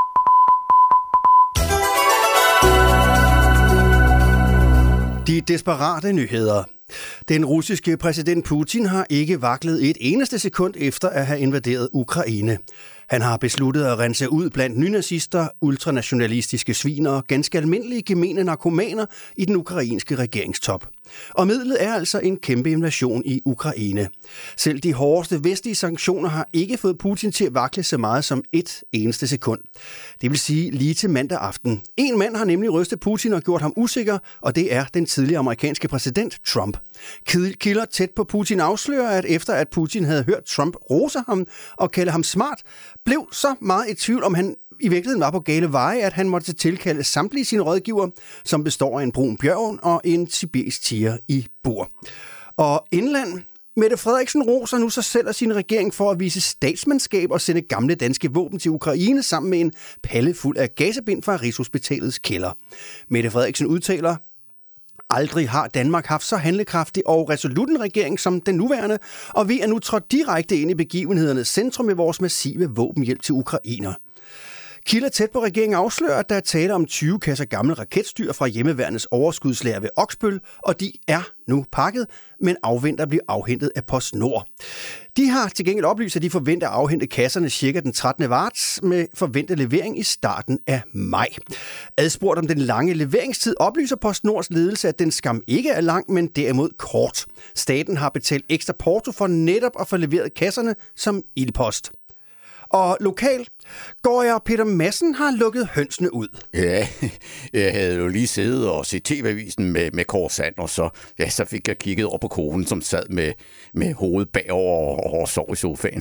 De desperate nyheder. Den russiske præsident Putin har ikke vaklet et eneste sekund efter at have invaderet Ukraine. Han har besluttet at rense ud blandt nynazister, ultranationalistiske sviner og ganske almindelige gemene narkomaner i den ukrainske regeringstop. Og midlet er altså en kæmpe invasion i Ukraine. Selv de hårdeste vestlige sanktioner har ikke fået Putin til at vakle så meget som et eneste sekund. Det vil sige lige til mandag aften. En mand har nemlig rystet Putin og gjort ham usikker, og det er den tidligere amerikanske præsident Trump. Kilder tæt på Putin afslører, at efter at Putin havde hørt Trump rose ham og kalde ham smart, blev så meget i tvivl, om han i virkeligheden var på gale veje, at han måtte tilkalde samtlige sine rådgiver, som består af en brun bjørn og en sibirisk tiger i bur. Og indland, Mette Frederiksen roser nu sig selv og sin regering for at vise statsmandskab og sende gamle danske våben til Ukraine sammen med en palle fuld af gasebind fra Rigshospitalets kælder. Mette Frederiksen udtaler: Aldrig har Danmark haft så handlekraftig og resolut en regering som den nuværende, og vi er nu trådt direkte ind i begivenhedernes centrum med vores massive våbenhjælp til ukrainer. Kilder tæt på regeringen afslører, at der er tale om tyve kasser gamle raketstyr fra hjemmeværnets overskudslager ved Oksbøl, og de er nu pakket, men afventer at blive afhentet af PostNord. De har til gengæld oplyst, at de forventer at afhente kasserne cirka den trettende marts med forventet levering i starten af maj. Adspurgt om den lange leveringstid oplyser PostNords ledelse, at den skam ikke er lang, men derimod kort. Staten har betalt ekstra porto for netop at få leveret kasserne som ildpost. Og lokalt, Gård og Peter Madsen har lukket hønsene ud. Ja, jeg havde jo lige siddet og set T V-avisen med, med Kåre Sand, og så, ja, så fik jeg kigget over på konen, som sad med, med hovedet bagover og, og sov i sofaen.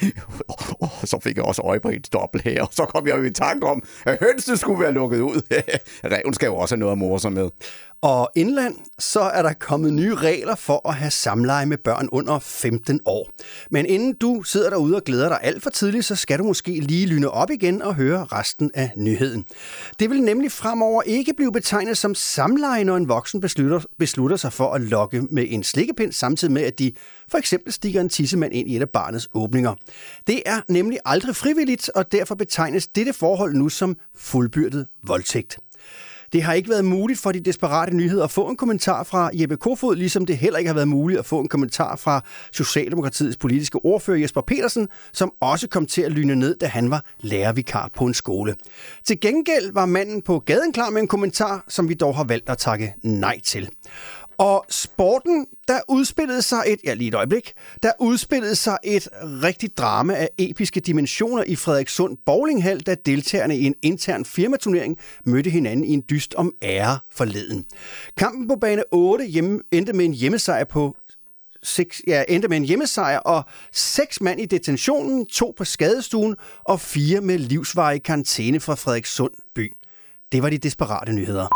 Og så fik jeg også øje på et dobbelt her, og så kom jeg jo i tanke om, at hønsene skulle være lukket ud. Ræven skal jo også have noget at more sig med. Og indland, så er der kommet nye regler for at have samleje med børn under femten år. Men inden du sidder derude og glæder dig alt for tidligt, så skal du måske lige lyne op igen og høre resten af nyheden. Det vil nemlig fremover ikke blive betegnet som samleje, når en voksen beslutter, beslutter sig for at lokke med en slikkepind, samtidig med, at de for eksempel stikker en tissemand ind i et af barnets åbninger. Det er nemlig aldrig frivilligt, og derfor betegnes dette forhold nu som fuldbyrdet voldtægt. Det har ikke været muligt for de desperate nyheder at få en kommentar fra Jeppe Kofod, ligesom det heller ikke har været muligt at få en kommentar fra Socialdemokratiets politiske ordfører Jesper Petersen, som også kom til at lyne ned, da han var lærervikar på en skole. Til gengæld var manden på gaden klar med en kommentar, som vi dog har valgt at takke nej til. Og sporten, der udspillede sig et, ja lige et øjeblik, der udspillede sig et rigtigt drama af episke dimensioner i Frederikssund Bowlinghal, da deltagerne i en intern firmaturnering mødte hinanden i en dyst om ære forleden. Kampen på bane otte hjemme, endte med en hjemmesejr på Seks, ja, endte med en hjemmesejr og seks mand i detentionen, to på skadestuen og fire med livsvarig karantæne fra Frederikssund by. Det var de desperate nyheder.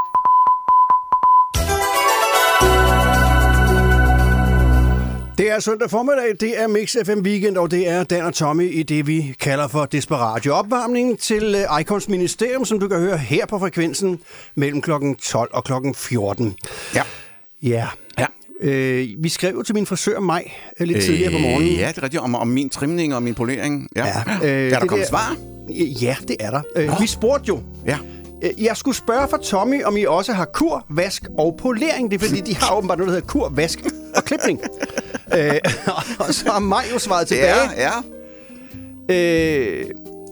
Det er søndag formiddag, det er Mix F M Weekend, og det er Dan og Tommy i det, vi kalder for Desperatio. Opvarmning til Icons Ministerium, som du kan høre her på frekvensen mellem klokken tolv og klokken fjorten. Ja. Ja. Ja. Øh, vi skrev jo til min frisør Maj lidt øh, tidligere på morgenen. Ja, det er rigtigt. Om, om min trimning og min polering. Ja. Ja, øh, er der kommet der, svar? Ja, det er der. Øh, vi spurgte jo. Ja. Jeg skulle spørge for Tommy, om I også har kur, vask og polering. Det er fordi, de har åbenbart noget, der hedder kur, vask og klipning. øh, og så har Maj jo svaret tilbage. Ja, ja. Øh...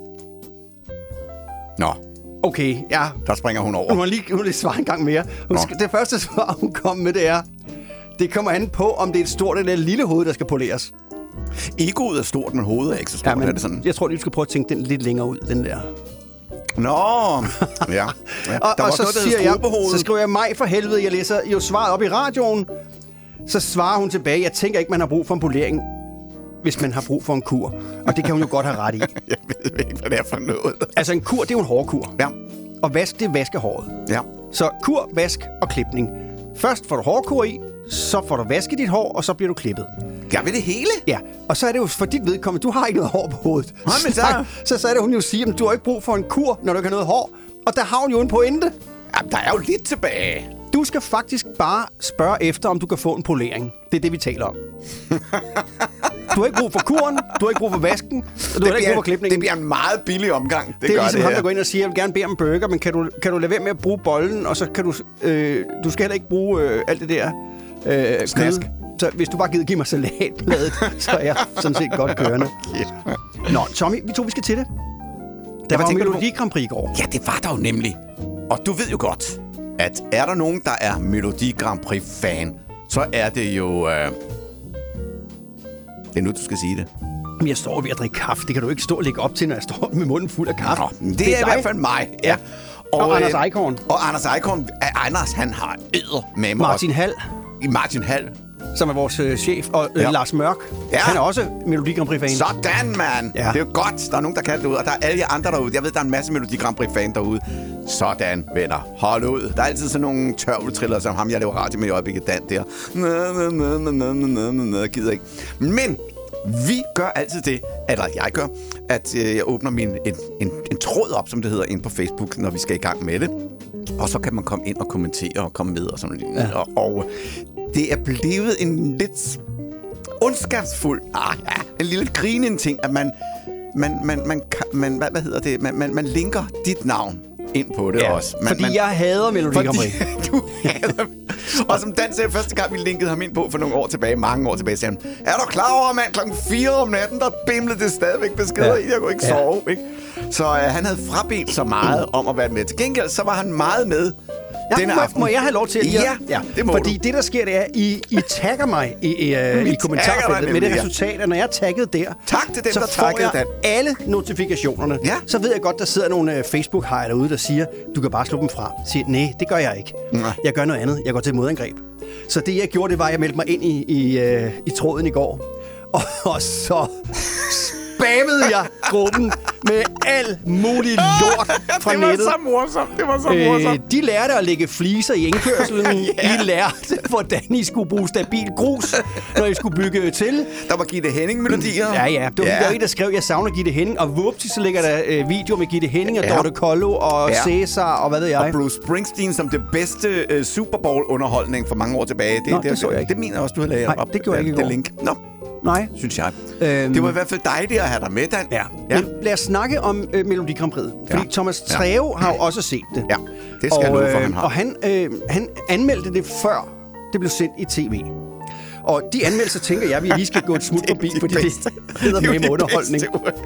Nå. Okay, ja. Der springer hun over. Hun må lige, hun må lige svare en gang mere. Hun skal, det første svar, hun kom med, det er, det kommer an på, om det er et stort eller et lille hoved, der skal poleres. Egoet er stort, men hovedet er ikke så stort. Ja, men er det sådan? Jeg tror, du skal prøve at tænke den lidt længere ud, den der. Nå, ja. ja. og der og var så, noget, der siger jeg, så skriver jeg Maj for helvede, jeg læser jo svaret op i radioen. Så svarer hun tilbage, jeg tænker ikke, man har brug for en polering, hvis man har brug for en kur. Og det kan hun jo godt have ret i. Jeg ved ikke, hvad det er for noget. Altså en kur, det er jo en hårdkur. Ja. og vask, det er vaskehåret. Ja. Så kur, vask og klipning. Først får du hårkur i, så får du vasket dit hår, og så bliver du klippet. Gør vi det hele? Ja, og så er det jo for dit vedkommende, du har ikke noget hår på hovedet. Nej, men så... så, så er det, hun jo siger, at du har ikke brug for en kur, når du ikke har noget hår. Og der har hun jo en pointe. Jamen, der er jo lidt tilbage. Du skal faktisk bare spørge efter, om du kan få en polering. Det er det, vi taler om. Du har ikke brug for kuren, du har ikke brug for vasken, og du har ikke brug for klipningen. Det bliver en meget billig omgang. Det, det er gør ligesom det ham, her. der går ind og siger, jeg vil gerne bede om en burger, men kan du, kan du lade være med at bruge bollen, og så kan du... Øh, du skal heller ikke bruge øh, alt det der øh, Snask. kød. Så hvis du bare gider give mig salatbladet, så er jeg sådan set godt kørende. Nå, Tommy, vi to, vi skal til det. Der var jo Melodi Grand Prix i går. Ja, det var der jo nemlig. Og du ved jo godt, at er der nogen, der er Melodi Grand Prix-fan, så er det jo... Øh... Det er nu, du skal sige det. Men jeg står ved at drikke kaffe. Det kan du ikke stå og lægge op til, når jeg står med munden fuld af kaffe. Nå, det, det er, er i hvert fald mig. Ja. Og, og Anders øh, Eichhorn. Og Anders Eichhorn. Anders, han har æder med mig. Martin Hall. Martin Hall. Som er vores øh, chef. Og øh, Ja. Lars Mørk. Ja. Han er også Melodi Grand Prix-fan. Sådan, mand. Ja. Det er jo godt. Der er nogen, der kan det ud. Og der er alle jer andre derude. Jeg ved, der er en masse Melodi Grand Prix-fan derude. Sådan, venner. Hold ud. Der er altid sådan nogle tørveltriller, som ham, jeg laver radio med i øjeblikket, Dan der. Næ, næ, næ, næ, næ, næ, næ, næ, gider ikke. Men vi gør altid det, eller jeg gør, at øh, jeg åbner min, en, en, en tråd op, som det hedder, ind på Facebook, når vi skal i gang med det. Og så kan man komme ind og kommentere og komme med og sådan noget. Ja. Og, og det er blevet en lidt ondskabsfuld, ah, ja, en lille grinende ting, at man, man, man, man, man hvad, hvad hedder det, man, man, man linker dit navn ind på det Ja, også. Man, fordi man, jeg hader Melodi Grand Prix. du hader Og som Dan sagde, første gang vi linkede ham ind på for nogle år tilbage, mange år tilbage, sagde han, er du klar over, mand, klokken fire om natten, der bimlede det stadigvæk beskeder ja. i, jeg kunne ikke ja. sove, ikke? Så øh, han havde frabedt så meget om at være med. Til gengæld, så var han meget med Ja, denne må, aften. må jeg have lov til at... Ja, ja, det må Fordi du. det, der sker, det er, I, I tagger mig i, i, uh, i kommentarfeltet med det ja. resultat, at når jeg er tagget der, Tak til dem, så der får taggede jeg Dan. alle notifikationerne. Ja. Så ved jeg godt, der sidder nogle uh, Facebook-hejer derude, der siger, du kan bare slå dem fra. Siger, nej, det gør jeg ikke. Nej. Jeg gør noget andet. Jeg går til modangreb. Så det, jeg gjorde, det var, at jeg meldte mig ind i, i, uh, i tråden i går. Og, og så spammede jeg gruppen med al mulig lort fra det var nettet. så morsomt, det var så morsomt. Øh, de lærte at lægge fliser i indkørselen. Ja. I lærte, hvordan I skulle bruge stabil grus, når I skulle bygge til. Der var Gitte Henning-melodier. Ja, ja. Det var, Ja. der var en, der skrev, jeg savner Gitte Henning. Og vupti, så ligger der øh, videoer med Gitte Henning og Ja. Dorte Kollo og Ja. Cæsar og hvad ved jeg. Og Bruce Springsteen som det bedste øh, Super Bowl-underholdning for mange år tilbage. Det, Nå, det så jeg ikke. Det mener jeg også, du har lavet Nej, op. det gjorde jeg ikke i det går. link. Nå, Nej. synes jeg. Øhm. Det var i hvert fald dejligt at have dig med, Dan. Ja. Ja. Men lad os snakke om øh, Melodi Grand Prix. Fordi Ja. Thomas Ja. Treve har jo også set det. Ja, det skal jeg love for, han har. Og han, øh, han anmeldte det før det blev sendt i tv. Og de anmeldelser tænker jeg, at vi lige skal gå et smut forbi, de fordi det bedste. hedder Det er jo med de underholdning.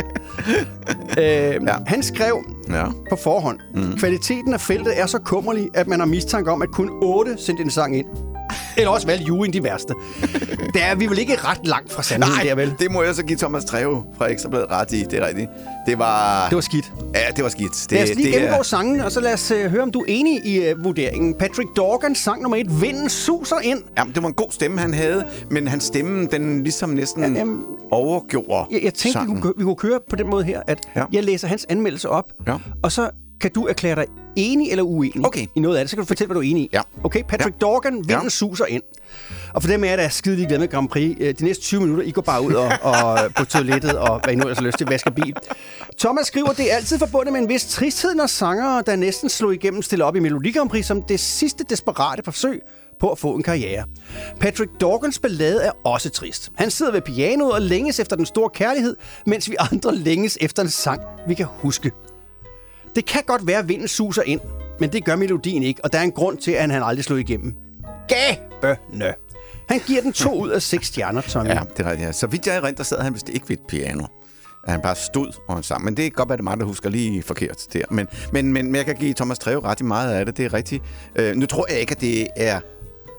bedste. Øh, Ja. Han skrev Ja. på forhånd, mm. kvaliteten af feltet er så kummerlig, at man har mistanke om, at kun otte sendte en sang ind. Eller også valgte juryen de værste. Der er vi vel ikke ret langt fra sandheden Nej, der, vel? det må jeg så give Thomas Treve fra Ekstrabladet ret i. Det er rigtigt. Det var... Det var skidt. Ja, det var skidt. Det, Lad os lige det gennemgå er- sangen, og så lad os uh, høre, om du er enig i uh, vurderingen. Patrick Dorgan, sang nummer et, Vinden suser ind. Jamen, det var en god stemme, han havde, men hans stemme, den ligesom næsten Ja, ja, jamen, overgjorde Jeg, jeg tænkte, vi sangen. kunne, vi kunne køre på den måde her, at Ja. jeg læser hans anmeldelse op, Ja. og så kan du erklære dig enig eller uenig Okay. i noget af det. Så kan du fortælle, hvad du er enig i. Ja. Okay, Patrick Ja. Dorgan, Vinden Ja. suser ind. Og for dem af jer, der er skide ligeglade med Grand Prix, øh, de næste tyve minutter, I går bare ud og, og på toilettet, og hvad I nu ellers har lyst til, vasker bil. Thomas skriver, det er altid forbundet med en vis tristhed, når sangere, der næsten slog igennem, stiller op i Melodi Grand Prix som det sidste desperate forsøg på at få en karriere. Patrick Dorgans ballade er også trist. Han sidder ved pianoet og længes efter den store kærlighed, mens vi andre længes efter en sang, vi kan huske. Det kan godt være, at vinden suser ind, men det gør melodien ikke, og der er en grund til, at han aldrig slog igennem. Gæbønne. Han giver den to ud af seks stjerner, Tommy. Ja, det er rigtigt. Ja. Så vidt jeg erindrer, sad han vist ikke ved et piano. At han bare stod og sang. Men det er godt, at det er mig, der husker lige forkert der. Men, men, men jeg kan give Thomas Treve ret i meget af det. Det er rigtigt. Øh, nu tror jeg ikke, at det er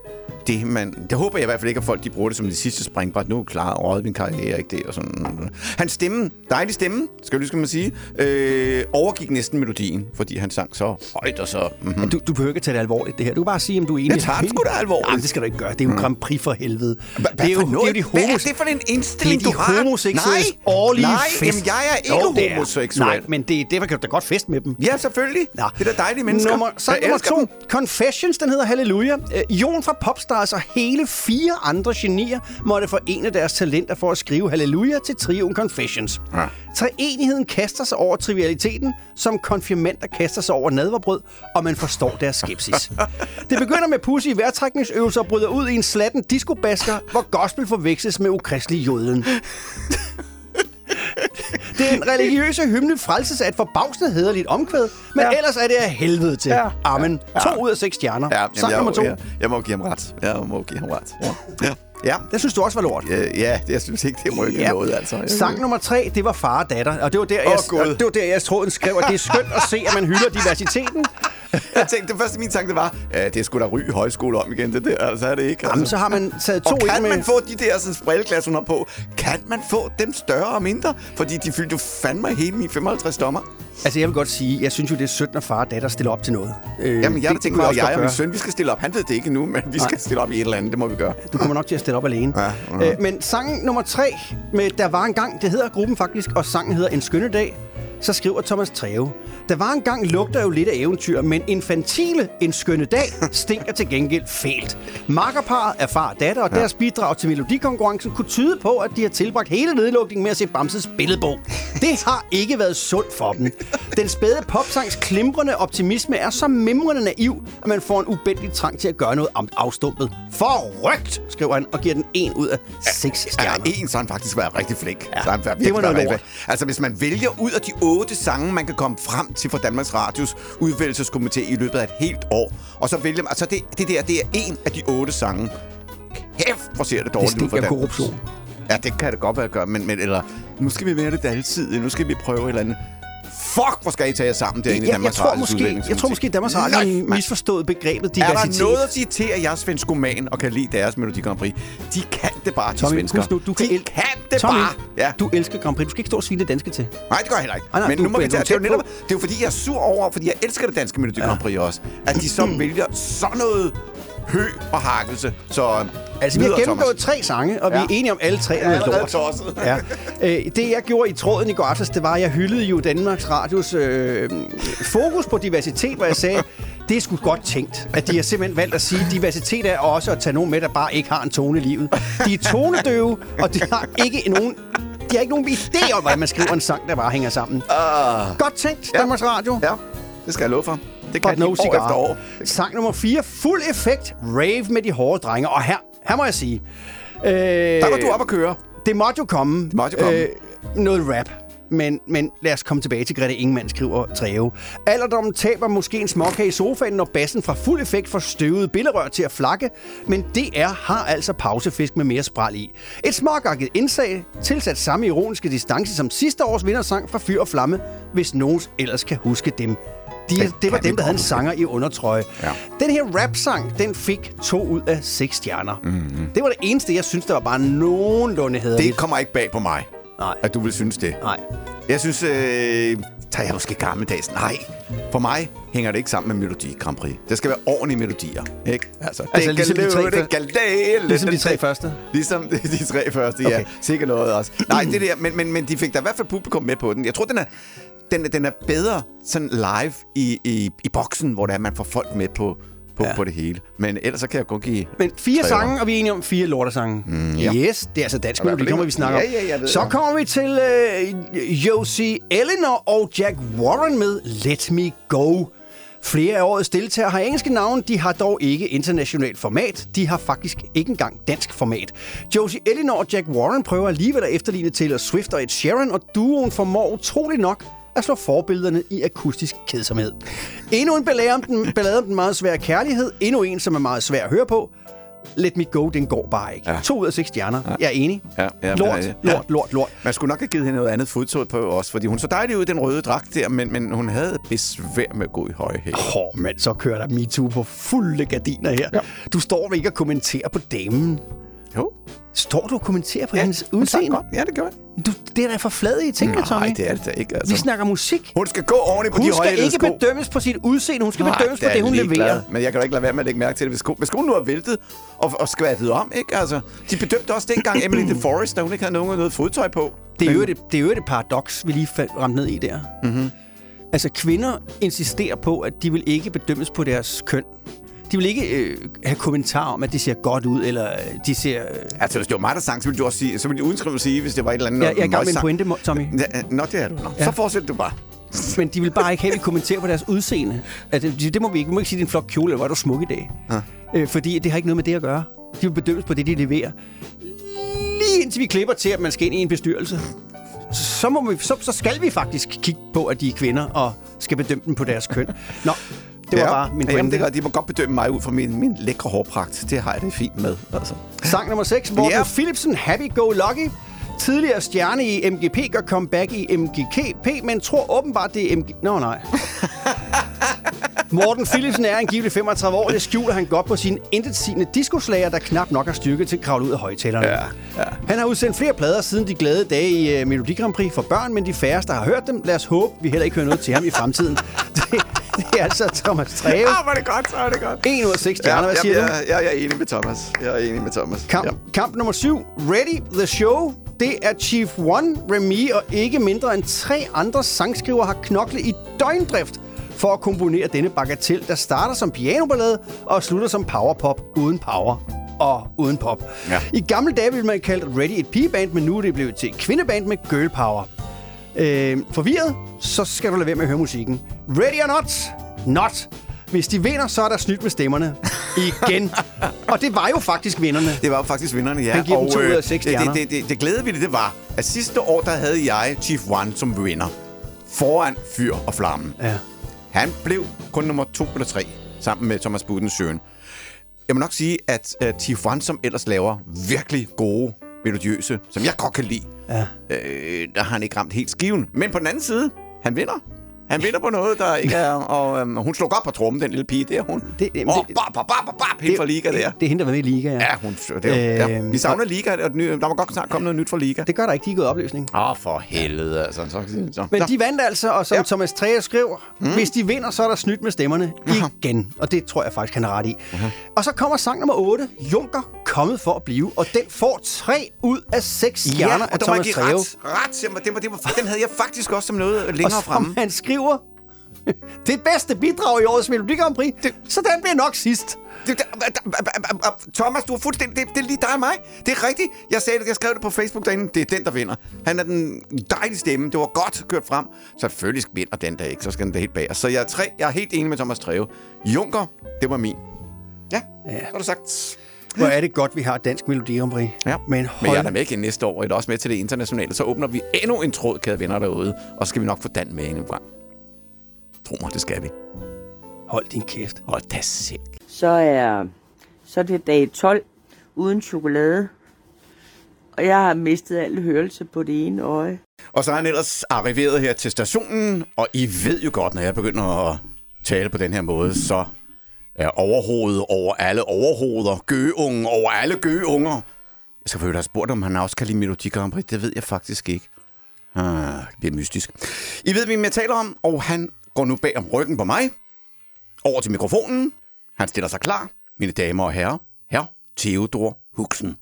det, man... Det håber jeg i hvert fald ikke, at folk de bruger det som det sidste springbræt. Nu er klar, røget min karriere, ikke det? Og sådan. Hans stemme, dejlig stemme, skal du skal man sige, øh, overgik næsten melodien, fordi han sang så højt og så... Mm-hmm. Du, du behøver ikke tage det alvorligt, det her. Du kan bare sige, om du er enig. Jeg tager det sgu da alvorligt. Nej, det skal du ikke gøre. Det er jo mm. Grand Prix for helvede. Hva, det er jo, det er jo de homos... Hvad er det for en indstilling, du har? Det er de homoseksuelles årlige nej, fest. Jamen, jeg er ikke jo, homoseksuel. Nej, men det, derfor kan du da godt feste med dem. Ja, selvfølgelig. Ja. Det er da dejlige mennesker. Nummer, sang nummer to. Dem. Confessions, den hedder Halleluja. Uh, Jon fra Popstars og hele fire andre genier måtte forene deres talenter for at skrive Halleluja til trioen Confessions. Ja. Treenigheden kaster sig over trivialiteten, som konfirmander kaster sig over nadverbrød, og man forstår deres skepsis. Det begynder med pudsige vejrtrækningsøvelser og bryder ud i en slatten discobasker, hvor gospel forveksles med ukristelig jøden. Det er en religiøse hymne frelses af et forbavsende hæderligt omkvæd, men ja. ellers er det af helvede til. Ja. Amen. Ja. To ud af seks stjerner. Ja. Sang nummer to. Jeg, jeg må give ham ret. Jeg må give ham ret. Ja. Ja. Ja. Det synes du også var lort. Ja, ja jeg synes ikke, det må ikke ja. noget, altså. Sang nummer tre, det var far og datter, og det var der, jeg, oh, det var der, jeg tråden skrev, at det er skønt at se, at man hylder diversiteten. Jeg tænkte, det første min tanke, det var, ja, det skulle da Ry højskole om igen, det der, altså er det ikke. Altså. Jamen, så har man taget to og kan med... man få de der sådan, brilleklasser, hun har på, kan man få dem større og mindre? Fordi de fyldte jo fandme hele mine femoghalvtreds dommer. Altså, jeg vil godt sige, jeg synes jo, det er synd, når far og datter stiller op til noget. Øh, Jamen, jeg tænker, at jeg og min søn, vi skal stille op. Han ved det ikke nu, men vi skal Nej. stille op i et eller andet, det må vi gøre. Du kommer nok til at stille op alene. Ja, uh-huh. øh, men sangen nummer tre, med Der var en gang, det hedder gruppen faktisk, og sangen hedder En skønne dag, så skriver Thomas Treve. Der var engang lugter jo lidt af eventyr, men infantile En skønne dag stinker til gengæld fælt. Makkerparret er far og datter, og ja. deres bidrag til melodikonkurrencen kunne tyde på, at de har tilbragt hele nedlukningen med at se Bamses billedbog. Det har ikke været sundt for dem. Den spæde popsangs klimrende optimisme er så mimrende naiv, at man får en ubændig trang til at gøre noget afstumpet. Forrygt, skriver han, og giver den en ud af seks stjerner. Ja, en, så han faktisk været rigtig flink. Ja, så han det var noget lort. Altså, hvis man vælger ud af de otte sange, man kan komme frem til for Danmarks Radios udvælgelseskomité i løbet af et helt år, og så vælger man... Altså, det, det der, det er en af de otte sange. Kæft, hvor ser det dårligt ud for Danmark. Korruption. Ja, det kan det godt være at gøre, men, men eller... Nu skal vi være det altid. Nu skal vi prøve et eller andet. Fuck, hvor skal I tage jer sammen derinde i Danmarks Radios udvælgelseskomité? Jeg tror måske, Danmarks Radio har misforstået begrebet diversitet. Er der noget at sige til, at jeg er svenskoman og kan lide deres Melodi Grand Prix? De kan det bare, de Tommy, svensker. Nu, du kan de el- kan det Tommy, bare. Ja. Du elsker Grand Prix. Du skal ikke stå og svine det danske til. Nej, det gør jeg heller ikke. Ah, nej, men du, nu må vi tage, det, er jo netop, på. det er jo fordi, jeg er sur over, fordi jeg elsker det danske Melodi Grand Prix ja. også. At de så vælger sådan noget hø og hakkelse. Så altså, vi har gennemgået tre sange, og vi ja. er enige om alle tre er ja, lort. Ja. Øh, det, jeg gjorde i tråden i går aftes, det var, at jeg hyldede jo Danmarks Radios øh, fokus på diversitet, hvor jeg sagde, det er sgu godt tænkt, at de har simpelthen valgt at sige, at diversitet er også at tage nogen med, der bare ikke har en tone i livet. De er tonedøve, og de har ikke nogen... De har ikke nogen idé om, hvordan man skriver en sang, der bare hænger sammen. Uh, godt tænkt, ja. Danmarks Radio. Ja, det skal jeg love for. Det kan no de år efter år. Sang nummer fire, fuld effekt, rave med de hårde drenge. Og her, her må jeg sige... Øh, der var du op at køre. Det måtte jo komme. Det måtte jo komme. Øh, noget rap. Men, men lad os komme tilbage til Grete Ingemann, skriver Treve. Alderdommen taber måske en småkage i sofaen, når bassen fra fuld effekt får støvede billerør til at flakke. Men D R har altså pausefisk med mere spral i. Et smågakket indsag, tilsat samme ironiske distance som sidste års vindersang fra Fyr og Flamme, hvis nogen ellers kan huske dem. De, det, det var dem, der havde en sanger i undertrøje. Ja. Den her rap-sang, den fik to ud af seks stjerner. Mm-hmm. Det var det eneste, jeg synes, der var bare nogenlunde hæderligt. Det kommer ikke bag på mig. Nej. At du vil synes det. Nej. Jeg synes, øh, tager jeg måske gammeldags. Nej, for mig hænger det ikke sammen med Melodi Grand Prix. Det skal være ordentlige melodier, ikke? Altså, altså det ligesom, de tre, det galde, ligesom de tre første? Ligesom de, de tre første, okay. Ja. Sikkert noget også. Nej, det der, men, men, men de fik da i hvert fald publikum med på den. Jeg tror, den er, den, den er bedre sådan live i, i, i boksen, hvor der er, man får folk med på... På, ja. på det hele. Men ellers så kan jeg godt give... Men fire sange, og vi er enige om fire lortesange. Mm, ja. Yes, det er altså dansk melodi, kommer vi snakker om. Ja, ja, så kommer vi til uh, Josie Elinor og Jack Warren med Let Me Go. Flere af årets deltagere har engelske navne, de har dog ikke internationalt format. De har faktisk ikke engang dansk format. Josie Elinor og Jack Warren prøver alligevel at efterligne Taylor Swift og Ed Sheeran, og duoen formår utroligt nok at slå forbillederne i akustisk kedsomhed. Endnu en ballade om den, ballade om den meget svære kærlighed. Endnu en, som er meget svær at høre på. Let Me Go, den går bare ikke. Ja. To ud af seks stjerner. Ja. Jeg er enig. Ja, ja, lort, ja. lort, lort, lort. Man skulle nok have givet hende noget andet fodtøj på også, fordi hun så dejlig ud i den røde dragt der, men, men hun havde besvær med at gå i høje hæle. Åh, oh, mand, så kører der MeToo på fulde gardiner her. Ja. Du står ikke og kommenterer på damen. Jo. Står du og kommenterer på ja, hendes udseende? Ja, det gør jeg. Du, det er da for flade i tingene, Tommy. Nej, det er det da ikke. Altså. Vi snakker musik. Hun skal gå ordentligt på hun de høje sko. Hun skal ikke bedømmes på sit udseende. Hun skal Nej, bedømmes på det, hun leverer. Glad. Men jeg kan da ikke lade være med at lægge mærke til det. Hvis skoen, hvis skoen nu er væltet og, og skvattet om, ikke? Altså, de bedømte også dengang Emily de Forest, da hun ikke havde nogen noget fodtøj på. Det er jo et, det er jo et paradoks, vi lige ramte ned i der. Mm-hmm. Altså, kvinder insisterer på, at de vil ikke bedømmes på deres køn. De vil ikke øh, have kommentarer om, at de ser godt ud, eller de ser... Øh... Altså, hvis det var mig, der sang, så ville du også sige, så ville de udenskrive sige, hvis det var et eller andet... Ja, jeg er i gang med en pointe, Tommy. Ja, nå, det er du. Nå. Ja. Så fortsætter du bare. Men de vil bare ikke have, at vi kommenterer på deres udseende. Altså, det, det må vi ikke. Vi må ikke sige, at det er en flot kjole, eller hvor er du smuk i dag. Ja. Øh, fordi det har ikke noget med det at gøre. De vil bedømmes på det, de leverer. Lige indtil vi klipper til, at man skal ind i en bestyrelse. Så, må vi, så, så skal vi faktisk kigge på, at de er kvinder, og skal bedømme dem på deres køn. Nå, det var ja, bare min pointe. Jamen, det gør, de må godt bedømme mig ud fra min, min lækre hårpragt. Det har jeg det fint med. Altså. Sang nummer seks. Morten yeah. Philipsen, Happy Go Lucky. Tidligere stjerne i M G P gør comeback i M G K P, men tror åbenbart, det er M G... Nå, nej. Morten Philipsen er angiveligt femogtredive år. Det skjuler han godt på sin intetsigende diskoslager, der knap nok har styrke til at kravle ud af højtalerne. Ja, ja. Han har udsendt flere plader siden de glade dage i uh, Melodi Grand Prix for børn, men de færreste har hørt dem. Lad os håbe, vi heller ikke hører noget til ham i fremtiden. det, det er altså Thomas Treve. Ja, var det godt, så er det godt. En ud af seks stjerner, ja, hvad siger ja, du? Ja, jeg er enig med Thomas. Jeg er enig med Thomas. Kamp, ja. kamp nummer syv. Ready the Show. Det er Chief One, Remy og ikke mindre end tre andre sangskrivere har knoklet i døgndrift for at komponere denne bagatel, der starter som pianoballade og slutter som powerpop uden power og uden pop. Ja. I gamle dage ville man kalde Ready et pigeband, men nu er det blevet til et kvindeband med girl power. Øh, forvirret, så skal du lade være med at høre musikken. Ready or not? Not. Hvis de vinder, så er der snydt med stemmerne. Igen. Og det var jo faktisk vinderne. Det var jo faktisk vinderne, ja. Han giver dem to øh, ud af seks stjerner. Det, det, det, det glæde ved det, det var, at sidste år, der havde jeg Chief One som vinder. Foran Fyr og Flammen. Ja. Han blev kun nummer to eller tre, sammen med Thomas Budensjøen. Jeg må nok sige, at uh, Chief One, som ellers laver virkelig gode, melodiøse, som jeg godt kan lide, ja. øh, der har han ikke ramt helt skiven. Men på den anden side, han vinder. Han vinder på noget, der ikke er... Og øhm, hun slog godt på trommen, den lille pige der. Hun... Det, det, oh, bap, bap, bap, bap, helt fra Liga der. Det, det er hende, der var med i Liga, ja. Ja, hun, det var, øh, ja. Vi savner Liga, og der var godt snart komme noget nyt fra Liga. Det gør der ikke, de er gået opløsning. Åh, oh, for helvede, altså. Så, så. Men de vandt altså, og som ja. Thomas Treve skrev, mm. hvis de vinder, så er der snydt med stemmerne uh-huh. igen. Og det tror jeg faktisk, han har ret i. Uh-huh. Og så kommer sang nummer otte, Junker, kommet for at blive, og den får tre ud af seks stjerner ja, af Thomas Treve. Ret, ret, det var, det var, det var, den havde jeg faktisk også som noget længere fremme. Og som han skriver, det bedste bidrag i årets Melodi Grand Prix, det, så den bliver nok sidst. Det, det, Thomas, du har fuldstændig... Det, det er lige dig og mig. Det er rigtigt. Jeg sagde det, jeg skrev det på Facebook derinde. Det er den, der vinder. Han er den dejlige stemme. Det var godt kørt frem. Selvfølgelig vinder den der ikke. Så skal den da helt bag. Så jeg er, tre, jeg er helt enig med Thomas Treve. Junker, det var min. Ja, ja. Så har du sagt... Hvor er det godt, vi har Dansk Melodi Grand Prix. Ja. Men, hold... Men jeg er da med igen næste år. Jeg er også med til det internationale. Så åbner vi endnu en tråd, kære venner derude. Og så skal vi nok få Dan med endnu en gang. Tro mig, det skal vi. Hold din kæft. Hold da selv. Så er, så er det dag tolv uden chokolade. Og jeg har mistet al hørelse på det ene øje. Og så er han ellers arriveret her til stationen. Og I ved jo godt, når jeg begynder at tale på den her måde, så er overhovedet over alle overhoveder. Gøgeunge over alle gøgeunger. Jeg skal for øvrigt have spurgt, om han også kan lide Melodi Grand Prix. Det ved jeg faktisk ikke. Ah, det bliver mystisk. I ved, hvem jeg taler om, og han går nu bag om ryggen på mig. Over til mikrofonen. Han stiller sig klar. Mine damer og herrer. Herr Theodor Huxen.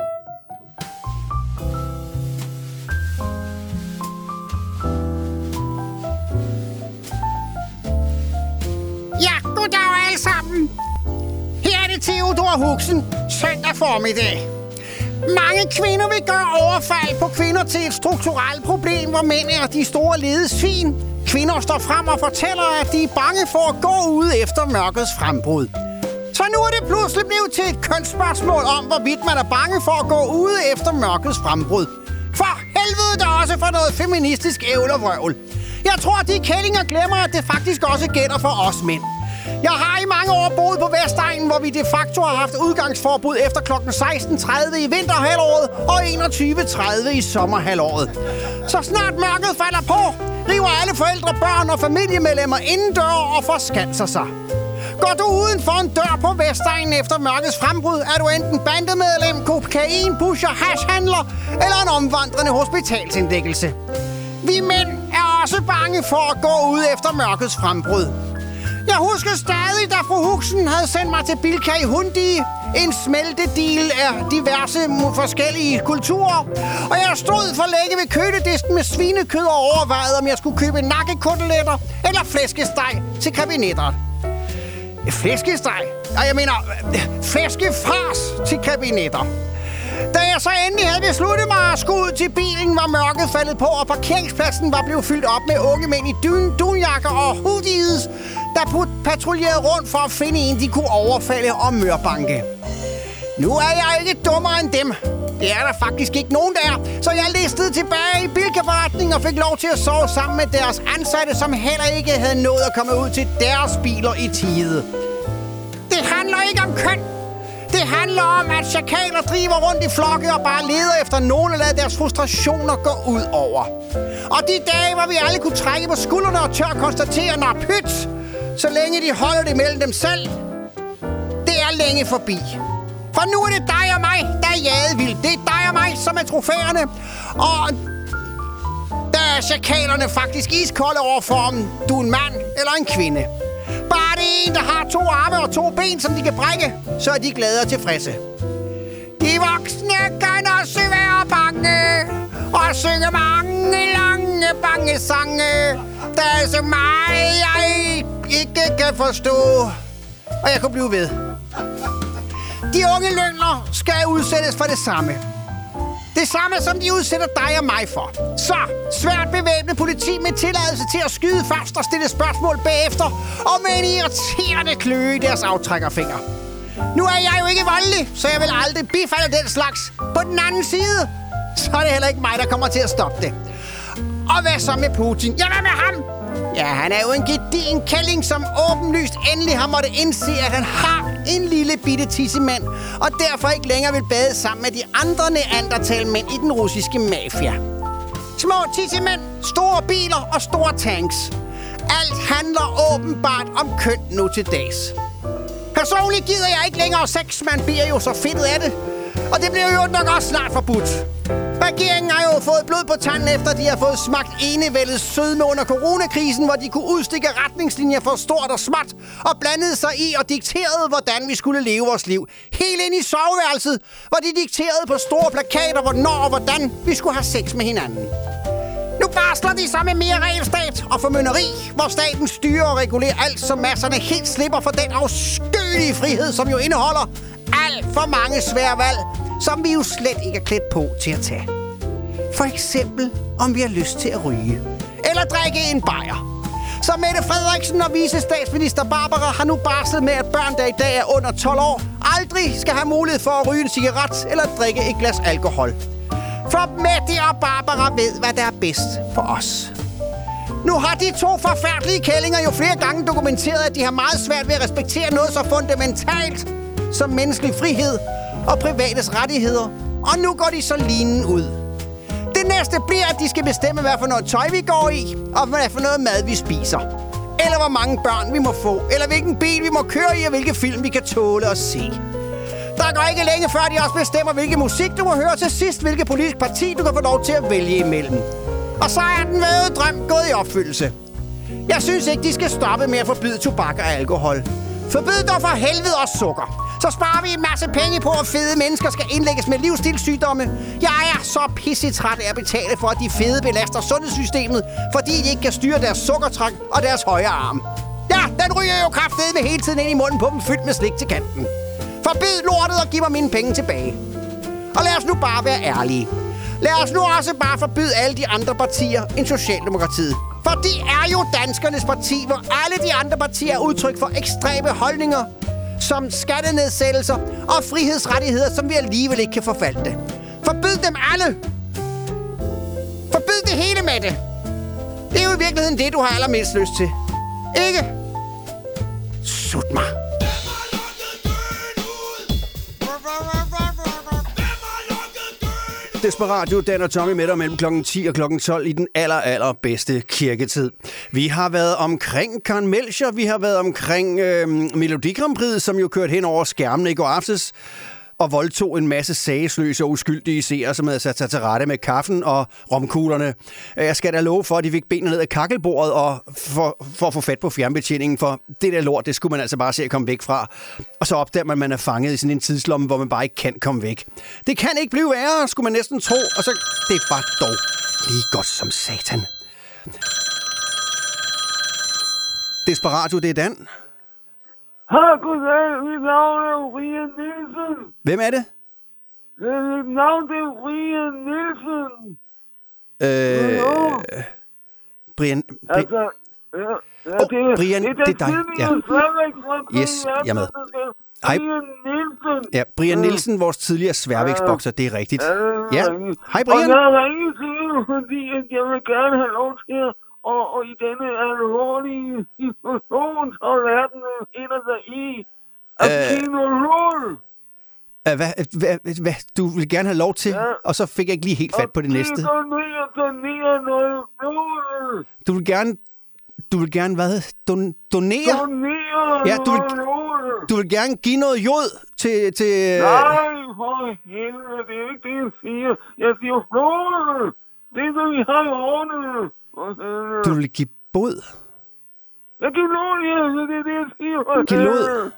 Ja, goddag alle sammen. Her er det Theodor Huxen. Søndag formiddag. Mange kvinder vil gøre overfald på kvinder til et strukturelt problem, hvor mænd er de store ledesvin. Kvinder står frem og fortæller, at de er bange for at gå ud efter mørkets frembrud. Så nu er det pludselig blevet til et kønsspørgsmål om, hvorvidt man er bange for at gå ud efter mørkets frembrud. For helvede da også for noget feministisk ævl og vrøvl. Jeg tror, at de kællinger glemmer, at det faktisk også gælder for os mænd. Jeg har i mange år boet på Vestegnen, hvor vi de facto har haft udgangsforbud efter klokken seksten tredive i vinterhalvåret og enogtyve tredive i sommerhalvåret. Så snart mørket falder på, river alle forældre, børn og familiemedlemmer indendør og forskanser sig. Går du uden for en dør på Vestegnen efter mørkets frembrud, er du enten bandemedlem, kokain, pusher, hashhandler eller en omvandrende hospitalsindlæggelse. Vi mænd er også bange for at gå ud efter mørkets frembrud. Jeg husker stadig, da fru Huxen havde sendt mig til Bilka i Hundi, en smeltedeal af diverse forskellige kulturer. Og jeg stod for længe ved køledisken med svinekød og overvejede, om jeg skulle købe nakkekoteletter eller flæskesteg til kabinetter. Flæskesteg? Og jeg mener, flæskefars til kabinetter. Da jeg så endelig havde besluttet mig at skulle ud til bilen, var mørket faldet på, og parkeringspladsen var blevet fyldt op med unge mænd i dyn, dunjakker og hoodies, der patruljerede rundt for at finde en, de kunne overfalde og mørbanke. Nu er jeg ikke dummere end dem. Det er der faktisk ikke nogen der, så jeg listede tilbage i bilkaforretningen og fik lov til at sove sammen med deres ansatte, som heller ikke havde nået at komme ud til deres biler i tide. Det handler ikke om køn. Det handler om, at sjakaler driver rundt i flokke og bare leder efter nogen og lader deres frustrationer gå ud over. Og de dage, hvor vi alle kunne trække på skuldrene og tør konstatere, når pyt, så længe de holder det mellem dem selv, det er længe forbi. For nu er det dig og mig, der er jaget vildt. Det er dig og mig, som er trofæerne. Og der er sjakalerne faktisk iskolde overfor, om du er en mand eller en kvinde. Bare det er en, der har to arme og to ben, som de kan brække, så er de glade og tilfredse. De voksne kan også være bange og synge mange lange bange sange. Der er så meget, jeg ikke kan forstå. Og jeg kan blive ved. De unge løgner skal udsættes for det samme. Det samme, som de udsætter dig og mig for. Så svært bevæbnet politi med tilladelse til at skyde først og stille spørgsmål bagefter, og med en irriterende kløe i deres aftrækkerfinger. Nu er jeg jo ikke voldelig, så jeg vil aldrig bifalde den slags. På den anden side, så er det heller ikke mig, der kommer til at stoppe det. Og hvad så med Putin? Ja, hvad med ham? Ja, han er jo en gedigen kælling, som åbenlyst endelig har måttet indse, at han har en lille bitte tissemand, og derfor ikke længere vil bade sammen med de andre neandertalmænd i den russiske mafia. Små tissemænd, store biler og store tanks. Alt handler åbenbart om køn nu til dags. Personligt gider jeg ikke længere sex, man bliver jo så fedtet af det. Og det bliver jo nok også snart forbudt. Regeringen har jo fået blod på tanden, efter de har fået smagt enevældets sødme under coronakrisen, hvor de kunne udstikke retningslinjer for stort og småt, og blandede sig i og dikterede, hvordan vi skulle leve vores liv. Helt ind i soveværelset, hvor de dikterede på store plakater, hvornår og hvordan vi skulle have sex med hinanden. Nu barsler de så med mere regelstat og formynderi, hvor staten styrer og regulerer alt, så masserne helt slipper for den afskyelige frihed, som jo indeholder alt for mange svære valg, som vi jo slet ikke er klædt på til at tage. For eksempel, om vi har lyst til at ryge. Eller drikke en bajer. Så Mette Frederiksen og vicestatsminister Barbara har nu barslet med, at børn, der i dag er under tolv år, aldrig skal have mulighed for at ryge en cigaret eller drikke et glas alkohol. For Mette og Barbara ved, hvad der er bedst for os. Nu har de to forfærdelige kællinger jo flere gange dokumenteret, at de har meget svært ved at respektere noget så fundamentalt som menneskelig frihed og privates rettigheder. Og nu går de så linen ud. Det næste bliver, at de skal bestemme, hvad for noget tøj vi går i, og hvad for noget mad vi spiser. Eller hvor mange børn vi må få, eller hvilken bil vi må køre i, og hvilke film vi kan tåle at se. Der går ikke længe før, de også bestemmer, hvilken musik du må høre til sidst, hvilket politisk parti du kan få lov til at vælge imellem. Og så er den vævede drøm gået i opfyldelse. Jeg synes ikke, de skal stoppe med at forbyde tobak og alkohol. Forbyd dog for helvede og sukker. Så sparer vi en masse penge på, at fede mennesker skal indlægges med livsstilssygdomme. Jeg er så pissetræt af at betale for, at de fede belaster sundhedssystemet, fordi de ikke kan styre deres sukkertræk og deres højre arm. Ja, den ryger jo kraftedeme hele tiden ind i munden på dem, fyldt med slik til kanten. Forbyd lortet og giv mig mine penge tilbage. Og lad os nu bare være ærlige. Lad os nu også bare forbyde alle de andre partier end Socialdemokratiet. For de er jo danskernes parti, hvor alle de andre partier er udtryk for ekstreme holdninger, som skattenedsættelser og frihedsrettigheder, som vi alligevel ikke kan forfalte. Forbyd dem alle! Forbyd det hele med det! Det er jo i virkeligheden det, du har allermest lyst til. Ikke? slut mig. Desperatio, Dan og Tommy med dig mellem klokken ti og klokken tolv i den aller, aller bedste kirketid. Vi har været omkring Karen Melcher, vi har været omkring øh, Melodi Grand Prix, som jo kørte hen over skærmene i går aftes, og voldtog en masse sagesløse og uskyldige seere, som havde sat sig til rette med kaffen og romkuglerne. Jeg skal da love for, at de fik benene ned af kakkelbordet og for, for at få fat på fjernbetjeningen, for det der lort, det skulle man altså bare se at komme væk fra. Og så opdager man, at man er fanget i sådan en tidslomme, hvor man bare ikke kan komme væk. Det kan ikke blive værre, skulle man næsten tro, og så det var dog lige godt som satan. Desperatio, det er Dan. Hej, goddag. Mit navn er Brian Nielsen. Hvem er det? Mit navn er Brian Nielsen. Øh... Brian... Bri- Altså, ja, ja, oh, det, er, Brian, det, det er dig. Ja. Yes, jeg er med. Hej. Brian Nielsen. Ja, Brian Nielsen, vores tidligere sværvægtsbokser, det er rigtigt. Ja, hej Og Brian. jeg har ringet til jer, fordi jeg vil gerne have lov til at Og, og i denne alvorlige situation, så verden finder sig i, at Øh. give noget råd. Uh, hvad, hvad, hvad, du vil gerne have lov til, Ja. og så fik jeg ikke lige helt fat på det næste. Og donere, donere noget blod. Du vil gerne, du vil gerne hvad? Don, donere? Donere Ja, du vil, noget blod. du vil gerne give noget jod til... til Nej, for helvede, det er ikke det, jeg siger. Jeg siger blod. Det er det, vi har i ordnet. Du vil give bod? Jeg giver blod, ja. Det er det, jeg siger. Giv lod?